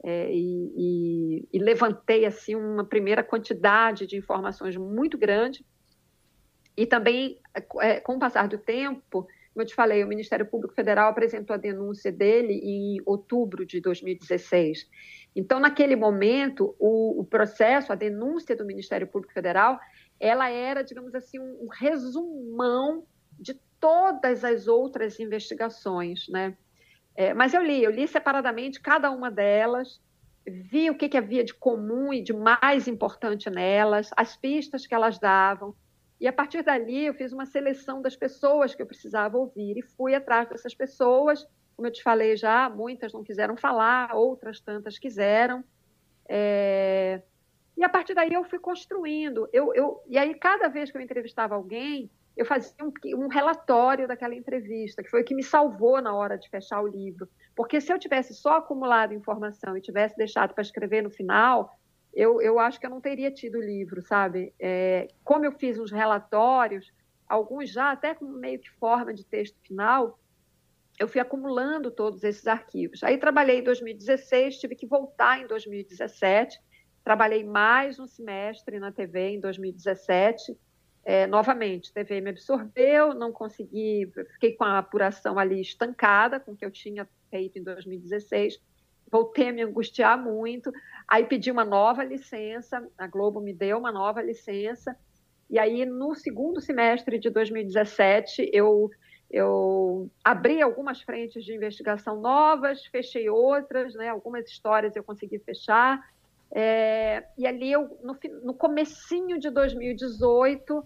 e levantei assim uma primeira quantidade de informações muito grande. E também, com o passar do tempo, como eu te falei, o Ministério Público Federal apresentou a denúncia dele em outubro de 2016. Então, naquele momento, o processo, a denúncia do Ministério Público Federal, ela era, digamos assim, um resumão de todas as outras investigações, né? Mas eu li separadamente cada uma delas, vi o que havia de comum e de mais importante nelas, as pistas que elas davam, e a partir dali eu fiz uma seleção das pessoas que eu precisava ouvir e fui atrás dessas pessoas. Como eu te falei já, muitas não quiseram falar, outras tantas quiseram. E a partir daí eu fui construindo. E aí, cada vez que eu entrevistava alguém, eu fazia um relatório daquela entrevista, que foi o que me salvou na hora de fechar o livro. Porque se eu tivesse só acumulado informação e tivesse deixado para escrever no final, eu acho que eu não teria tido o livro, sabe? Como eu fiz uns relatórios, alguns já até com meio que forma de texto final, eu fui acumulando todos esses arquivos. Aí trabalhei em 2016, tive que voltar em 2017, trabalhei mais um semestre na TV em 2017, novamente, a TV me absorveu, não consegui, fiquei com a apuração ali estancada, com o que eu tinha feito em 2016, voltei a me angustiar muito, aí pedi uma nova licença, a Globo me deu uma nova licença, e aí no segundo semestre de 2017 eu abri algumas frentes de investigação novas, fechei outras, né? Algumas histórias eu consegui fechar, e ali no comecinho de 2018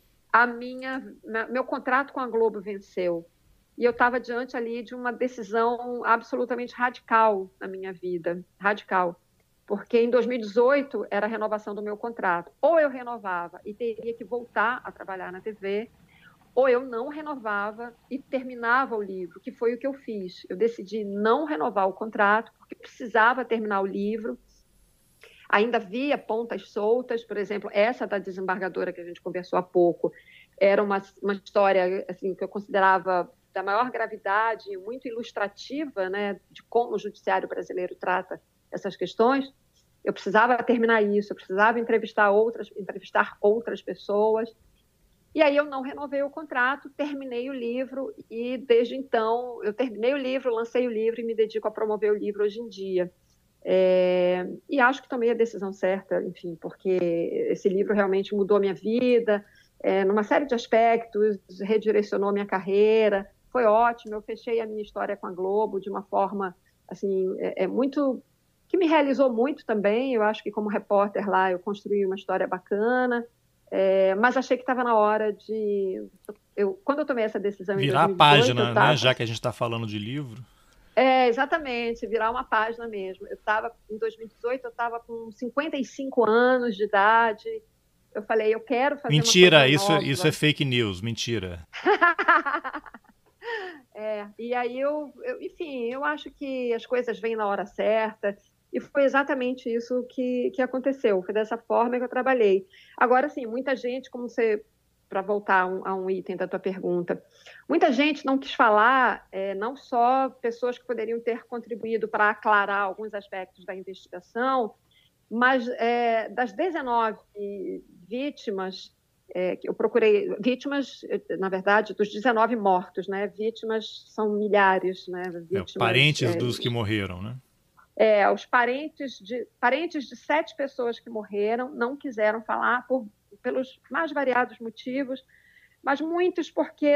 meu contrato com a Globo venceu. E eu estava diante ali de uma decisão absolutamente radical na minha vida, radical. Porque em 2018 era a renovação do meu contrato. Ou eu renovava e teria que voltar a trabalhar na TV, ou eu não renovava e terminava o livro, que foi o que eu fiz. Eu decidi não renovar o contrato, porque precisava terminar o livro. Ainda havia pontas soltas, por exemplo, essa da desembargadora que a gente conversou há pouco, era uma história assim, que eu considerava da maior gravidade, muito ilustrativa, né, de como o judiciário brasileiro trata essas questões. Eu precisava terminar isso, eu precisava entrevistar outras pessoas. E aí eu não renovei o contrato, terminei o livro e desde então eu terminei o livro, lancei o livro e me dedico a promover o livro hoje em dia. E acho que tomei a decisão certa, enfim, porque esse livro realmente mudou a minha vida, numa série de aspectos, redirecionou minha carreira, foi ótimo, eu fechei a minha história com a Globo de uma forma, assim, muito, que me realizou muito também, eu acho que como repórter lá eu construí uma história bacana, mas achei que estava na hora de... Quando eu tomei essa decisão em Virar a 2018, eu página, né? estava... Já que a gente está falando de livro. Exatamente, virar uma página mesmo. Em 2018, eu estava com 55 anos de idade. Eu falei, eu quero fazer uma coisa Mentira, isso é nova. fake news, mentira. E aí enfim, eu acho que as coisas vêm na hora certa. E foi exatamente isso que aconteceu. Foi dessa forma que eu trabalhei. Agora, sim, muita gente, para voltar a um item da tua pergunta, muita gente não quis falar, não só pessoas que poderiam ter contribuído para aclarar alguns aspectos da investigação, mas das 19 vítimas, que eu procurei, vítimas, na verdade, dos 19 mortos, né? Vítimas são milhares, né? Vítimas, Parentes dos que morreram, né? Os parentes de 7 pessoas que morreram não quiseram falar pelos mais variados motivos, mas muitos porque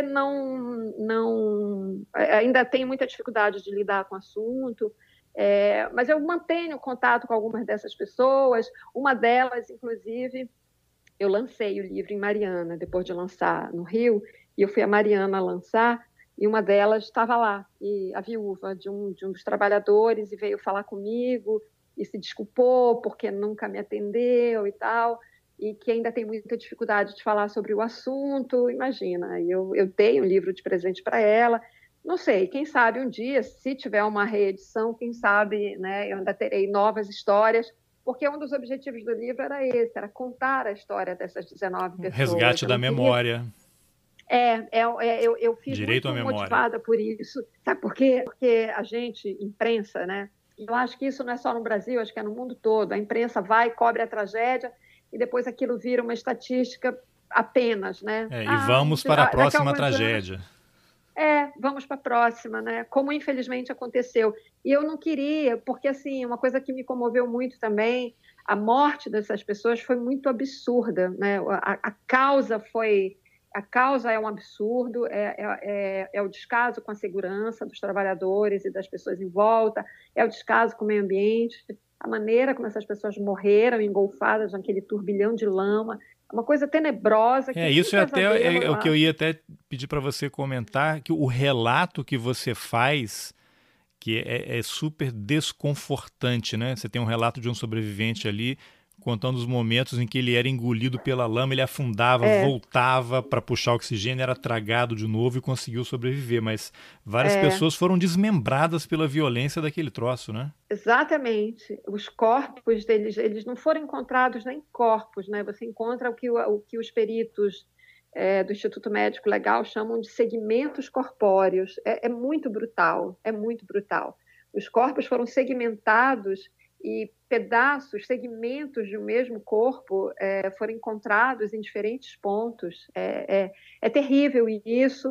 ainda tem muita dificuldade de lidar com o assunto. Mas eu mantenho contato com algumas dessas pessoas. Uma delas, inclusive, eu lancei o livro em Mariana, depois de lançar no Rio, e eu fui a Mariana lançar, e uma delas estava lá, e a viúva de um dos trabalhadores, e veio falar comigo, e se desculpou porque nunca me atendeu e tal, e que ainda tem muita dificuldade de falar sobre o assunto. Imagina, eu dei um livro de presente para ela. Não sei, quem sabe um dia, se tiver uma reedição, quem sabe, né, eu ainda terei novas histórias, porque um dos objetivos do livro era esse, era contar a história dessas 19 Um pessoas. resgate Eu da não queria... memória. Eu fiz Direito à muito memória. motivada por isso, sabe por quê? Porque a gente, imprensa, né? Eu acho que isso não é só no Brasil, acho que é no mundo todo. A imprensa vai, cobre a tragédia e depois aquilo vira uma estatística apenas, né? E vamos para a Daqui a próxima alguns anos tragédia. vamos para a próxima, né? Como infelizmente aconteceu. E eu não queria, porque assim, uma coisa que me comoveu muito também, a morte dessas pessoas foi muito absurda, né? A causa é um absurdo, é o descaso com a segurança dos trabalhadores e das pessoas em volta, é o descaso com o meio ambiente, a maneira como essas pessoas morreram engolfadas naquele turbilhão de lama, uma coisa tenebrosa que nem um Isso pesadelo, é eu o que eu acho. ia até pedir para você comentar, que o relato que você faz, que é super desconfortante, né? Você tem um relato de um sobrevivente ali contando os momentos em que ele era engolido pela lama, ele afundava, É, voltava para puxar oxigênio, era tragado de novo e conseguiu sobreviver. Mas várias é, pessoas foram desmembradas pela violência daquele troço, né? exatamente. Os corpos deles, eles não foram encontrados nem corpos, né? Você encontra o que os peritos do Instituto Médico Legal chamam de segmentos corpóreos. É muito brutal, é muito brutal. Os corpos foram segmentados e pedaços, segmentos de um mesmo corpo foram encontrados em diferentes pontos. É terrível isso.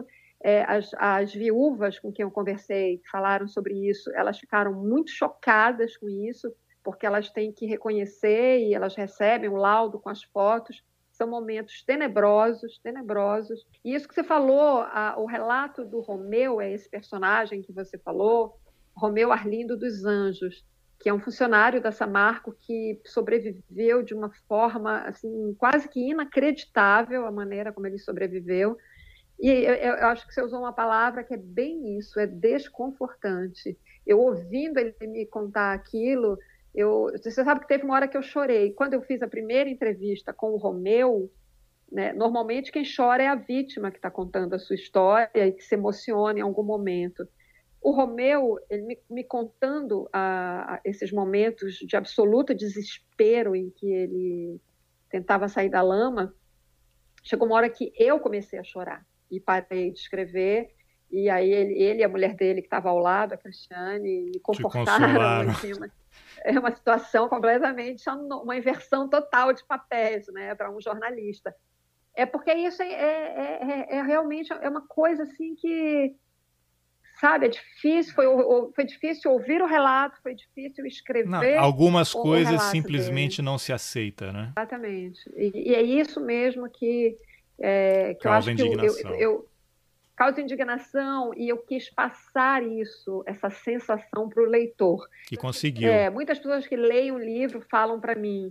As viúvas com quem eu conversei falaram sobre isso, elas ficaram muito chocadas com isso, porque elas têm que reconhecer e elas recebem o laudo com as fotos. São momentos tenebrosos, tenebrosos. E isso que você falou, o relato do Romeu, é esse personagem que você falou, Romeu Arlindo dos Anjos, que é um funcionário da Samarco que sobreviveu de uma forma assim quase que inacreditável, a maneira como ele sobreviveu. E eu acho que você usou uma palavra que é bem isso, é desconfortante. Eu ouvindo ele me contar aquilo, você sabe que teve uma hora que eu chorei. Quando eu fiz a primeira entrevista com o Romeu, né, normalmente quem chora é a vítima que está contando a sua história e que se emociona em algum momento. O Romeu, ele me contando esses momentos de absoluto desespero em que ele tentava sair da lama, chegou uma hora que eu comecei a chorar e parei de escrever. E aí ele e a mulher dele, que estava ao lado, a Cristiane, me Te confortaram. consolaram. Enfim, é uma situação completamente, uma inversão total de papéis, né, para um jornalista. Porque isso realmente uma coisa assim que, sabe, é difícil, foi difícil ouvir o relato, foi difícil Não, escrever algumas o coisas relato dele. simplesmente não se aceita, né? Exatamente. E é isso mesmo que eu Causa acho que indignação. eu causa indignação e eu quis passar isso, essa sensação para o leitor. Que conseguiu. Muitas pessoas que leem um livro falam para mim,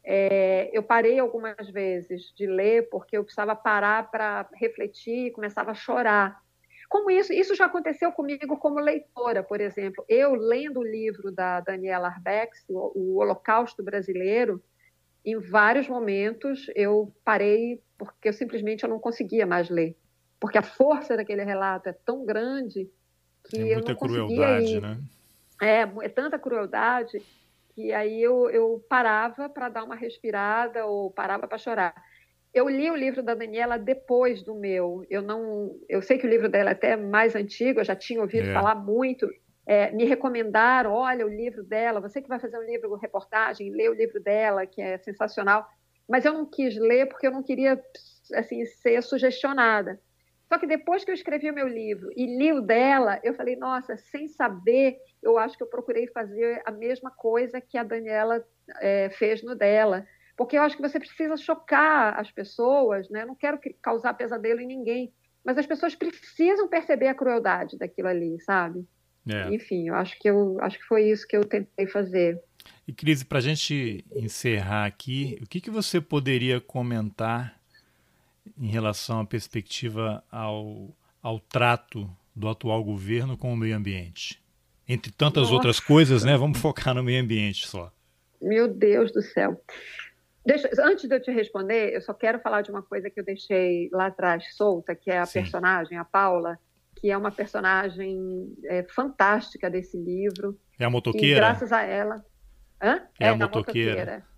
eu parei algumas vezes de ler porque eu precisava parar para refletir e começava a chorar. Como isso já aconteceu comigo como leitora, por exemplo. Eu, lendo o livro da Daniela Arbex, o Holocausto Brasileiro, em vários momentos eu parei porque eu não conseguia mais ler. Porque a força daquele relato é tão grande que Tem eu muita não conseguia crueldade, ir. né? É tanta crueldade que aí eu parava para dar uma respirada ou parava para chorar. Eu li o livro da Daniela depois do meu. Eu sei que o livro dela é até mais antigo, eu já tinha ouvido É. falar muito. Me recomendaram, olha o livro dela, você que vai fazer um livro, reportagem, lê o livro dela, que é sensacional. Mas eu não quis ler porque eu não queria assim ser sugestionada. Só que depois que eu escrevi o meu livro e li o dela, eu falei, nossa, sem saber, eu acho que eu procurei fazer a mesma coisa que a Daniela fez no dela. Porque eu acho que você precisa chocar as pessoas, né? Eu não quero causar pesadelo em ninguém, mas as pessoas precisam perceber a crueldade daquilo ali, sabe? É. Enfim, eu acho que foi isso que eu tentei fazer. E, Cris, para a gente encerrar aqui, o que você poderia comentar em relação à perspectiva ao trato do atual governo com o meio ambiente? Entre tantas outras coisas, né? Nossa, Vamos focar no meio ambiente só. meu Deus do céu. Antes de eu te responder, eu só quero falar de uma coisa que eu deixei lá atrás solta, que é a Sim. personagem, a Paula, que é uma personagem fantástica desse livro. É a E motoqueira? graças a ela. Hã? É a A motoqueira. motoqueira.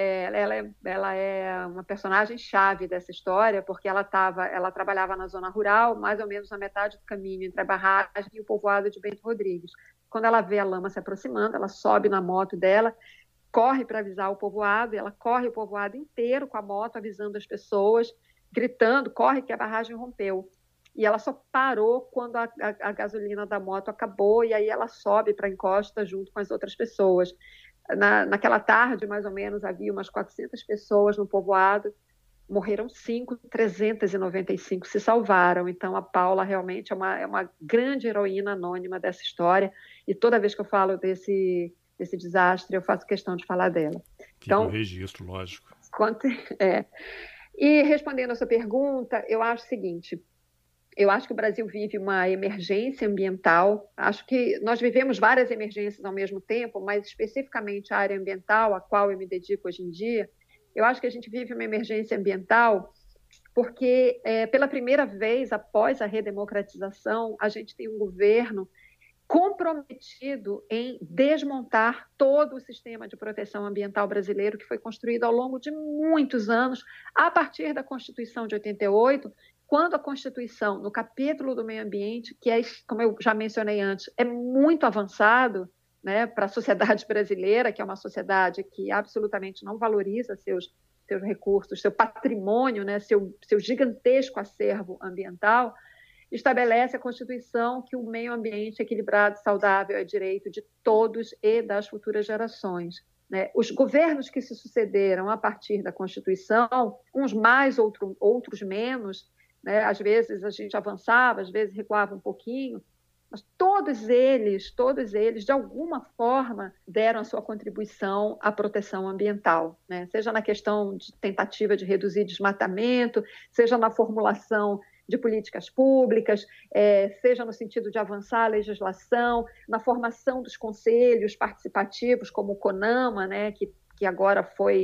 Ela é uma personagem-chave dessa história, porque ela trabalhava na zona rural, mais ou menos na metade do caminho entre a barragem e o povoado de Bento Rodrigues. Quando ela vê a lama se aproximando, ela sobe na moto dela, corre para avisar o povoado, e ela corre o povoado inteiro com a moto, avisando as pessoas, gritando, corre que a barragem rompeu. E ela só parou quando a gasolina da moto acabou, e aí ela sobe para a encosta junto com as outras pessoas. Naquela tarde, mais ou menos, havia umas 400 pessoas no povoado, morreram 5, 395 se salvaram. Então, a Paula realmente é uma grande heroína anônima dessa história, e toda vez que eu falo desse desastre, eu faço questão de falar dela. Fica o Então, registro, lógico. é. E respondendo a sua pergunta, eu acho o seguinte: eu acho que o Brasil vive uma emergência ambiental. Acho que nós vivemos várias emergências ao mesmo tempo, mas especificamente a área ambiental, a qual eu me dedico hoje em dia, eu acho que a gente vive uma emergência ambiental porque, pela primeira vez após a redemocratização, a gente tem um governo comprometido em desmontar todo o sistema de proteção ambiental brasileiro que foi construído ao longo de muitos anos, a partir da Constituição de 88, quando a Constituição, no capítulo do meio ambiente, que é, como eu já mencionei antes, é muito avançado, né, para a sociedade brasileira, que é uma sociedade que absolutamente não valoriza seus recursos, seu patrimônio, né, seu gigantesco acervo ambiental, estabelece a Constituição que o meio ambiente equilibrado, saudável, é direito de todos e das futuras gerações. Né? Os governos que se sucederam a partir da Constituição, uns mais, outros menos, né? Às vezes a gente avançava, às vezes recuava um pouquinho, mas todos eles, de alguma forma, deram a sua contribuição à proteção ambiental, né? Seja na questão de tentativa de reduzir desmatamento, seja na formulação de políticas públicas, seja no sentido de avançar a legislação, na formação dos conselhos participativos, como o CONAMA, né, que agora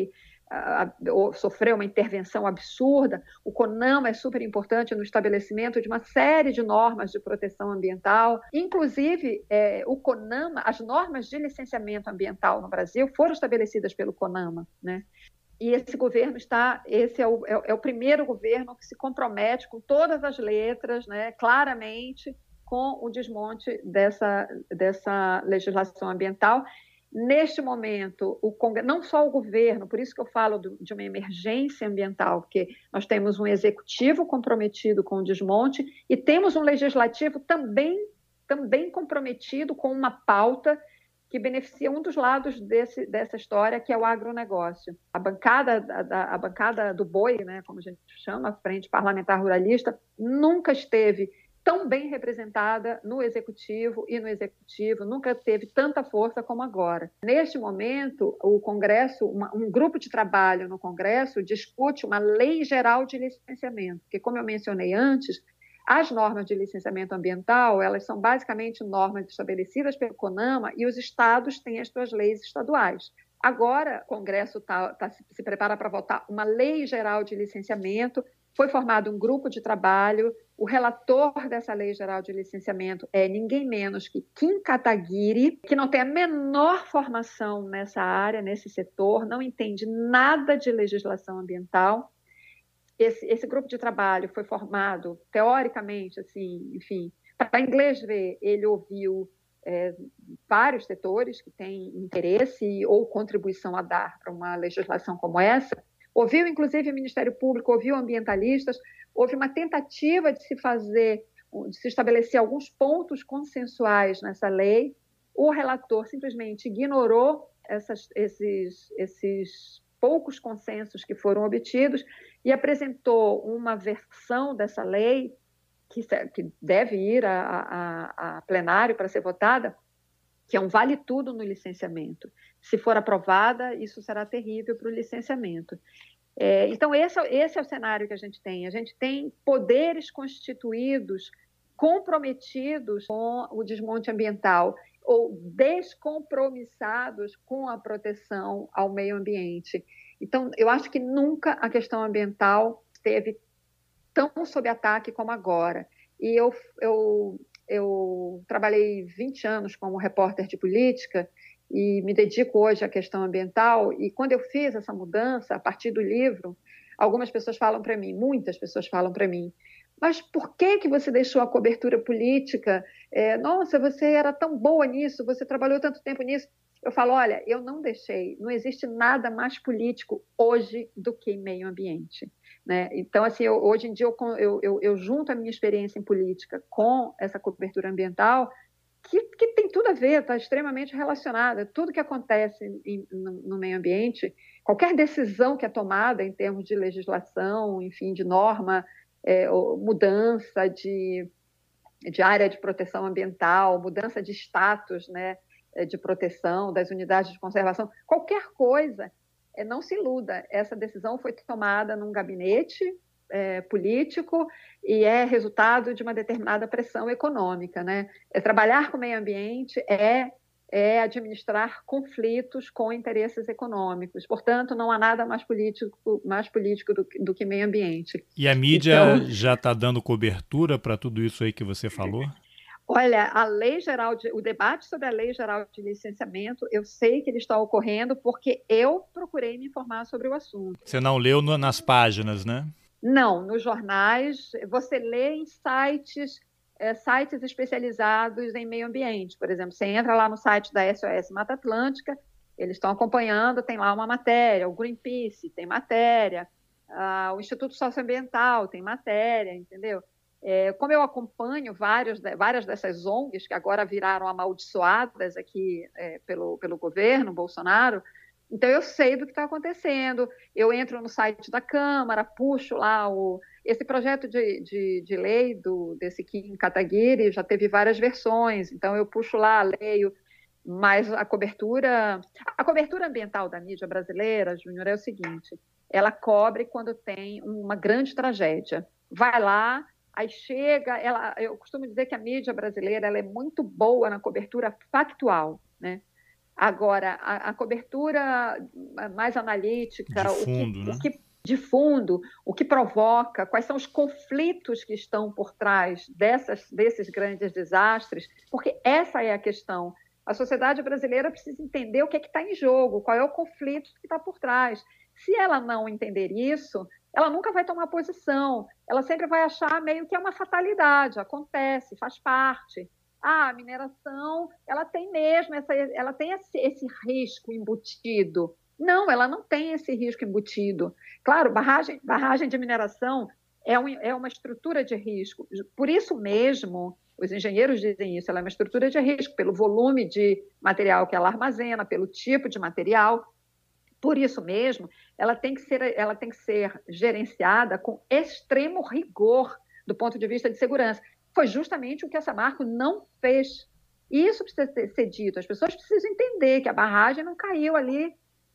sofreu uma intervenção absurda. O CONAMA é super importante no estabelecimento de uma série de normas de proteção ambiental. Inclusive, o CONAMA, as normas de licenciamento ambiental no Brasil foram estabelecidas pelo CONAMA, né? E esse é o primeiro governo que se compromete com todas as letras, né, claramente, com o desmonte dessa legislação ambiental. Neste momento, não só o governo, por isso que eu falo de uma emergência ambiental, porque nós temos um executivo comprometido com o desmonte e temos um legislativo também comprometido com uma pauta que beneficia um dos lados dessa história, que é o agronegócio. A bancada do boi, né, como a gente chama, a Frente Parlamentar Ruralista, nunca esteve tão bem representada no Executivo nunca teve tanta força como agora. Neste momento, o Congresso, um grupo de trabalho no Congresso discute uma lei geral de licenciamento, porque, como eu mencionei antes, As normas de licenciamento ambiental, elas são basicamente normas estabelecidas pelo CONAMA e os estados têm as suas leis estaduais. Agora, o Congresso se prepara para votar uma lei geral de licenciamento, foi formado um grupo de trabalho, o relator dessa lei geral de licenciamento é ninguém menos que Kim Kataguiri, que não tem a menor formação nessa área, nesse setor, não entende nada de legislação ambiental. Esse grupo de trabalho foi formado, teoricamente, assim, enfim, para inglês ver, ele ouviu vários setores que têm interesse ou contribuição a dar para uma legislação como essa, ouviu inclusive o Ministério Público, ouviu ambientalistas, houve uma tentativa de se estabelecer alguns pontos consensuais nessa lei, o relator simplesmente ignorou esses poucos consensos que foram obtidos e apresentou uma versão dessa lei que deve ir a plenário para ser votada, que é um vale-tudo no licenciamento. Se for aprovada, isso será terrível para o licenciamento. Então, esse é o cenário que a gente tem. A gente tem poderes constituídos comprometidos com o desmonte ambiental ou descompromissados com a proteção ao meio ambiente. Então, eu acho que nunca a questão ambiental esteve tão sob ataque como agora. E eu trabalhei 20 anos como repórter de política e me dedico hoje à questão ambiental. E quando eu fiz essa mudança, a partir do livro, algumas pessoas falam para mim, muitas pessoas falam para mim, mas por que você deixou a cobertura política? Nossa, você era tão boa nisso, você trabalhou tanto tempo nisso. Eu falo, olha, eu não deixei, não existe nada mais político hoje do que meio ambiente. Né? Então, assim, hoje em dia eu junto a minha experiência em política com essa cobertura ambiental, que tem tudo a ver, está extremamente relacionada. Tudo que acontece no meio ambiente, qualquer decisão que é tomada em termos de legislação, enfim, de norma, mudança de área de proteção ambiental, mudança de status, né, de proteção das unidades de conservação, qualquer coisa, não se iluda. Essa decisão foi tomada num gabinete político e é resultado de uma determinada pressão econômica. Né? Trabalhar com o meio ambiente é administrar conflitos com interesses econômicos. Portanto, não há nada mais político do que meio ambiente. E a mídia já está dando cobertura para tudo isso aí que você falou? Olha, o debate sobre a Lei Geral de Licenciamento, eu sei que ele está ocorrendo porque eu procurei me informar sobre o assunto. Você não leu nas páginas, né? Não, nos jornais, você lê em sites especializados em meio ambiente. Por exemplo, você entra lá no site da SOS Mata Atlântica, eles estão acompanhando, tem lá uma matéria, o Greenpeace tem matéria, o Instituto Socioambiental tem matéria, entendeu? Como eu acompanho várias dessas ONGs que agora viraram amaldiçoadas aqui pelo governo Bolsonaro, então eu sei do que está acontecendo. Eu entro no site da Câmara, puxo lá esse projeto de lei desse Kim Kataguiri, já teve várias versões, então eu puxo lá, leio, mas a cobertura ambiental da mídia brasileira, Júnior, é o seguinte, ela cobre quando tem uma grande tragédia. Vai lá, aí chega, eu costumo dizer que a mídia brasileira ela é muito boa na cobertura factual, né? Agora, a cobertura mais analítica, de fundo, o que provoca, quais são os conflitos que estão por trás desses grandes desastres, porque essa é a questão. A sociedade brasileira precisa entender o que está em jogo, qual é o conflito que está por trás. Se ela não entender isso, ela nunca vai tomar posição, ela sempre vai achar meio que é uma fatalidade, acontece, faz parte. A mineração, ela tem mesmo esse risco embutido. Não, ela não tem esse risco embutido. Claro, barragem de mineração é uma estrutura de risco. Por isso mesmo, os engenheiros dizem isso, ela é uma estrutura de risco, pelo volume de material que ela armazena, pelo tipo de material. Por isso mesmo, ela tem que ser gerenciada com extremo rigor do ponto de vista de segurança. Foi justamente o que a Samarco não fez. Isso precisa ser dito. As pessoas precisam entender que a barragem não caiu ali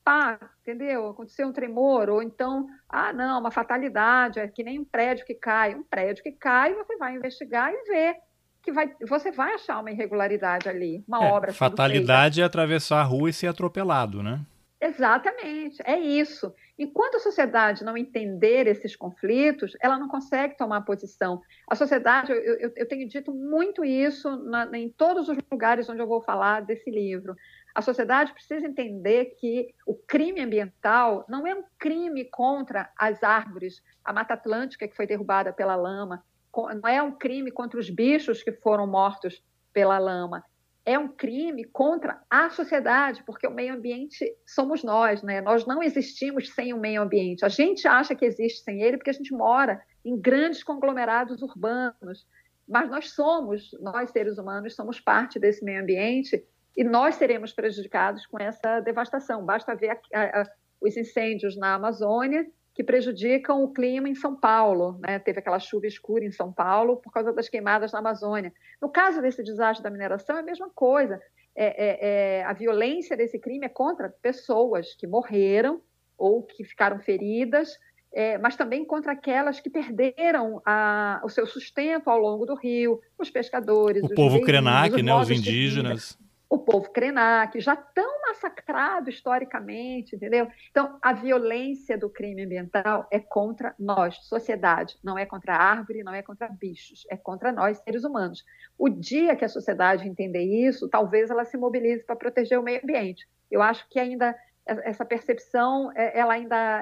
pá, entendeu? Aconteceu um tremor, ou então, não, uma fatalidade, é que nem um prédio que cai. Um prédio que cai, você vai investigar e ver que você vai achar uma irregularidade ali, uma obra sendo feita. Fatalidade é atravessar a rua e ser atropelado, né? Exatamente, é isso. Enquanto a sociedade não entender esses conflitos, ela não consegue tomar posição. A sociedade, eu tenho dito muito isso em todos os lugares onde eu vou falar desse livro. A sociedade precisa entender que o crime ambiental não é um crime contra as árvores, a Mata Atlântica que foi derrubada pela lama, não é um crime contra os bichos que foram mortos pela lama. É um crime contra a sociedade, porque o meio ambiente somos nós, né? Nós não existimos sem o meio ambiente. A gente acha que existe sem ele porque a gente mora em grandes conglomerados urbanos, mas nós seres humanos, somos parte desse meio ambiente e nós seremos prejudicados com essa devastação. Basta ver os incêndios na Amazônia, que prejudicam o clima em São Paulo, né? Teve aquela chuva escura em São Paulo por causa das queimadas na Amazônia. No caso desse desastre da mineração, é a mesma coisa. A violência desse crime é contra pessoas que morreram ou que ficaram feridas, mas também contra aquelas que perderam o seu sustento ao longo do rio, os pescadores, o povo Krenak, né? Os indígenas. O povo Krenak, já tão massacrado historicamente, entendeu? Então, a violência do crime ambiental é contra nós, sociedade, não é contra a árvore, não é contra bichos, é contra nós, seres humanos. O dia que a sociedade entender isso, talvez ela se mobilize para proteger o meio ambiente. Eu acho que ainda essa percepção, ela ainda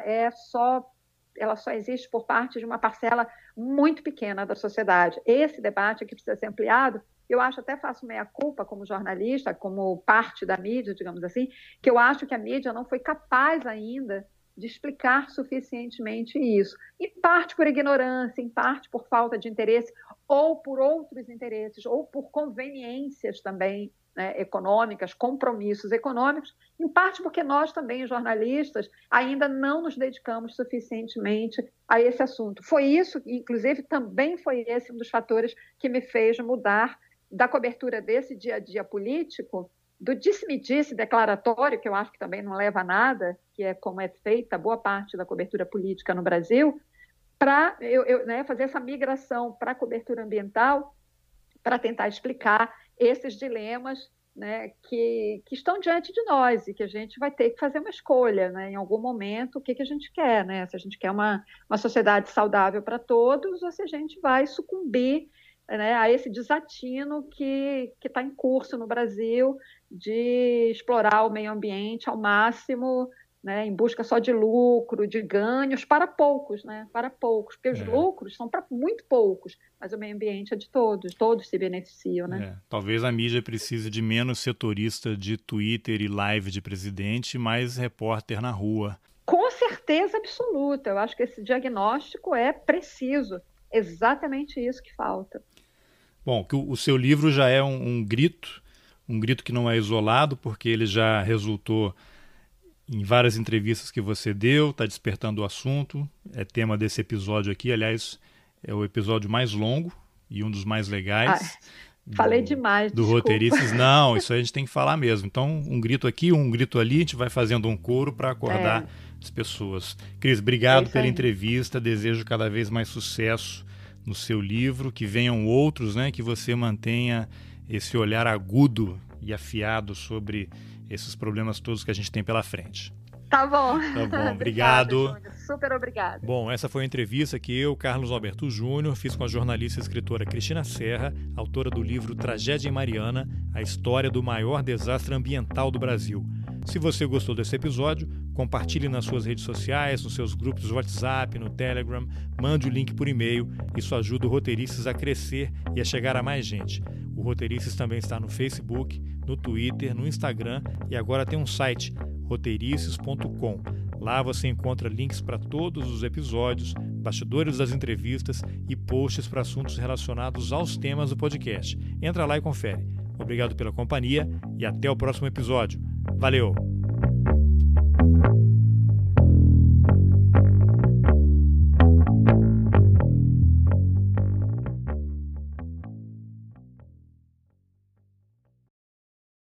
ela só existe por parte de uma parcela muito pequena da sociedade. Esse debate aqui precisa ser ampliado. Eu acho, até faço meia-culpa como jornalista, como parte da mídia, digamos assim, que eu acho que a mídia não foi capaz ainda de explicar suficientemente isso. Em parte por ignorância, em parte por falta de interesse, ou por outros interesses, ou por conveniências também, né, econômicas, compromissos econômicos, em parte porque nós também, jornalistas, ainda não nos dedicamos suficientemente a esse assunto. Foi isso, inclusive, também foi esse um dos fatores que me fez mudar da cobertura desse dia a dia político, do disse-me-disse declaratório, que eu acho que também não leva a nada, que é como é feita boa parte da cobertura política no Brasil, para fazer essa migração para a cobertura ambiental, para tentar explicar esses dilemas, né, que estão diante de nós e que a gente vai ter que fazer uma escolha, né, em algum momento, o que a gente quer, né? Se a gente quer uma sociedade saudável para todos ou se a gente vai sucumbir, né, a esse desatino que está em curso no Brasil de explorar o meio ambiente ao máximo, né, em busca só de lucro, de ganhos para poucos, né, para poucos, porque os lucros são para muito poucos, mas o meio ambiente é de todos se beneficiam, né? Talvez a mídia precise de menos setorista de Twitter e live de presidente, mais repórter na rua. Com certeza absoluta, eu acho que esse diagnóstico é preciso, exatamente isso que falta. Bom, que o seu livro já é um grito que não é isolado, porque ele já resultou em várias entrevistas que você deu, está despertando o assunto, é tema desse episódio aqui, aliás, é o episódio mais longo e um dos mais legais. Falei demais, do Roteiristas. Não, isso aí a gente tem que falar mesmo. Então, um grito aqui, um grito ali, a gente vai fazendo um coro para acordar as pessoas. Cris, obrigado pela entrevista, desejo cada vez mais sucesso no seu livro, que venham outros, né, que você mantenha esse olhar agudo e afiado sobre esses problemas todos que a gente tem pela frente. Tá bom. Tá bom, obrigado. Júnior. Super obrigado. Bom, essa foi a entrevista que eu, Carlos Alberto Júnior, fiz com a jornalista e escritora Cristina Serra, autora do livro Tragédia em Mariana, a história do maior desastre ambiental do Brasil. Se você gostou desse episódio, compartilhe nas suas redes sociais, nos seus grupos do WhatsApp, no Telegram, mande o link por e-mail. Isso ajuda o Roteiristas a crescer e a chegar a mais gente. O Roteiristas também está no Facebook, no Twitter, no Instagram e agora tem um site, roteirices.com. Lá você encontra links para todos os episódios, bastidores das entrevistas e posts para assuntos relacionados aos temas do podcast. Entra lá e confere. Obrigado pela companhia e até o próximo episódio. Valeu!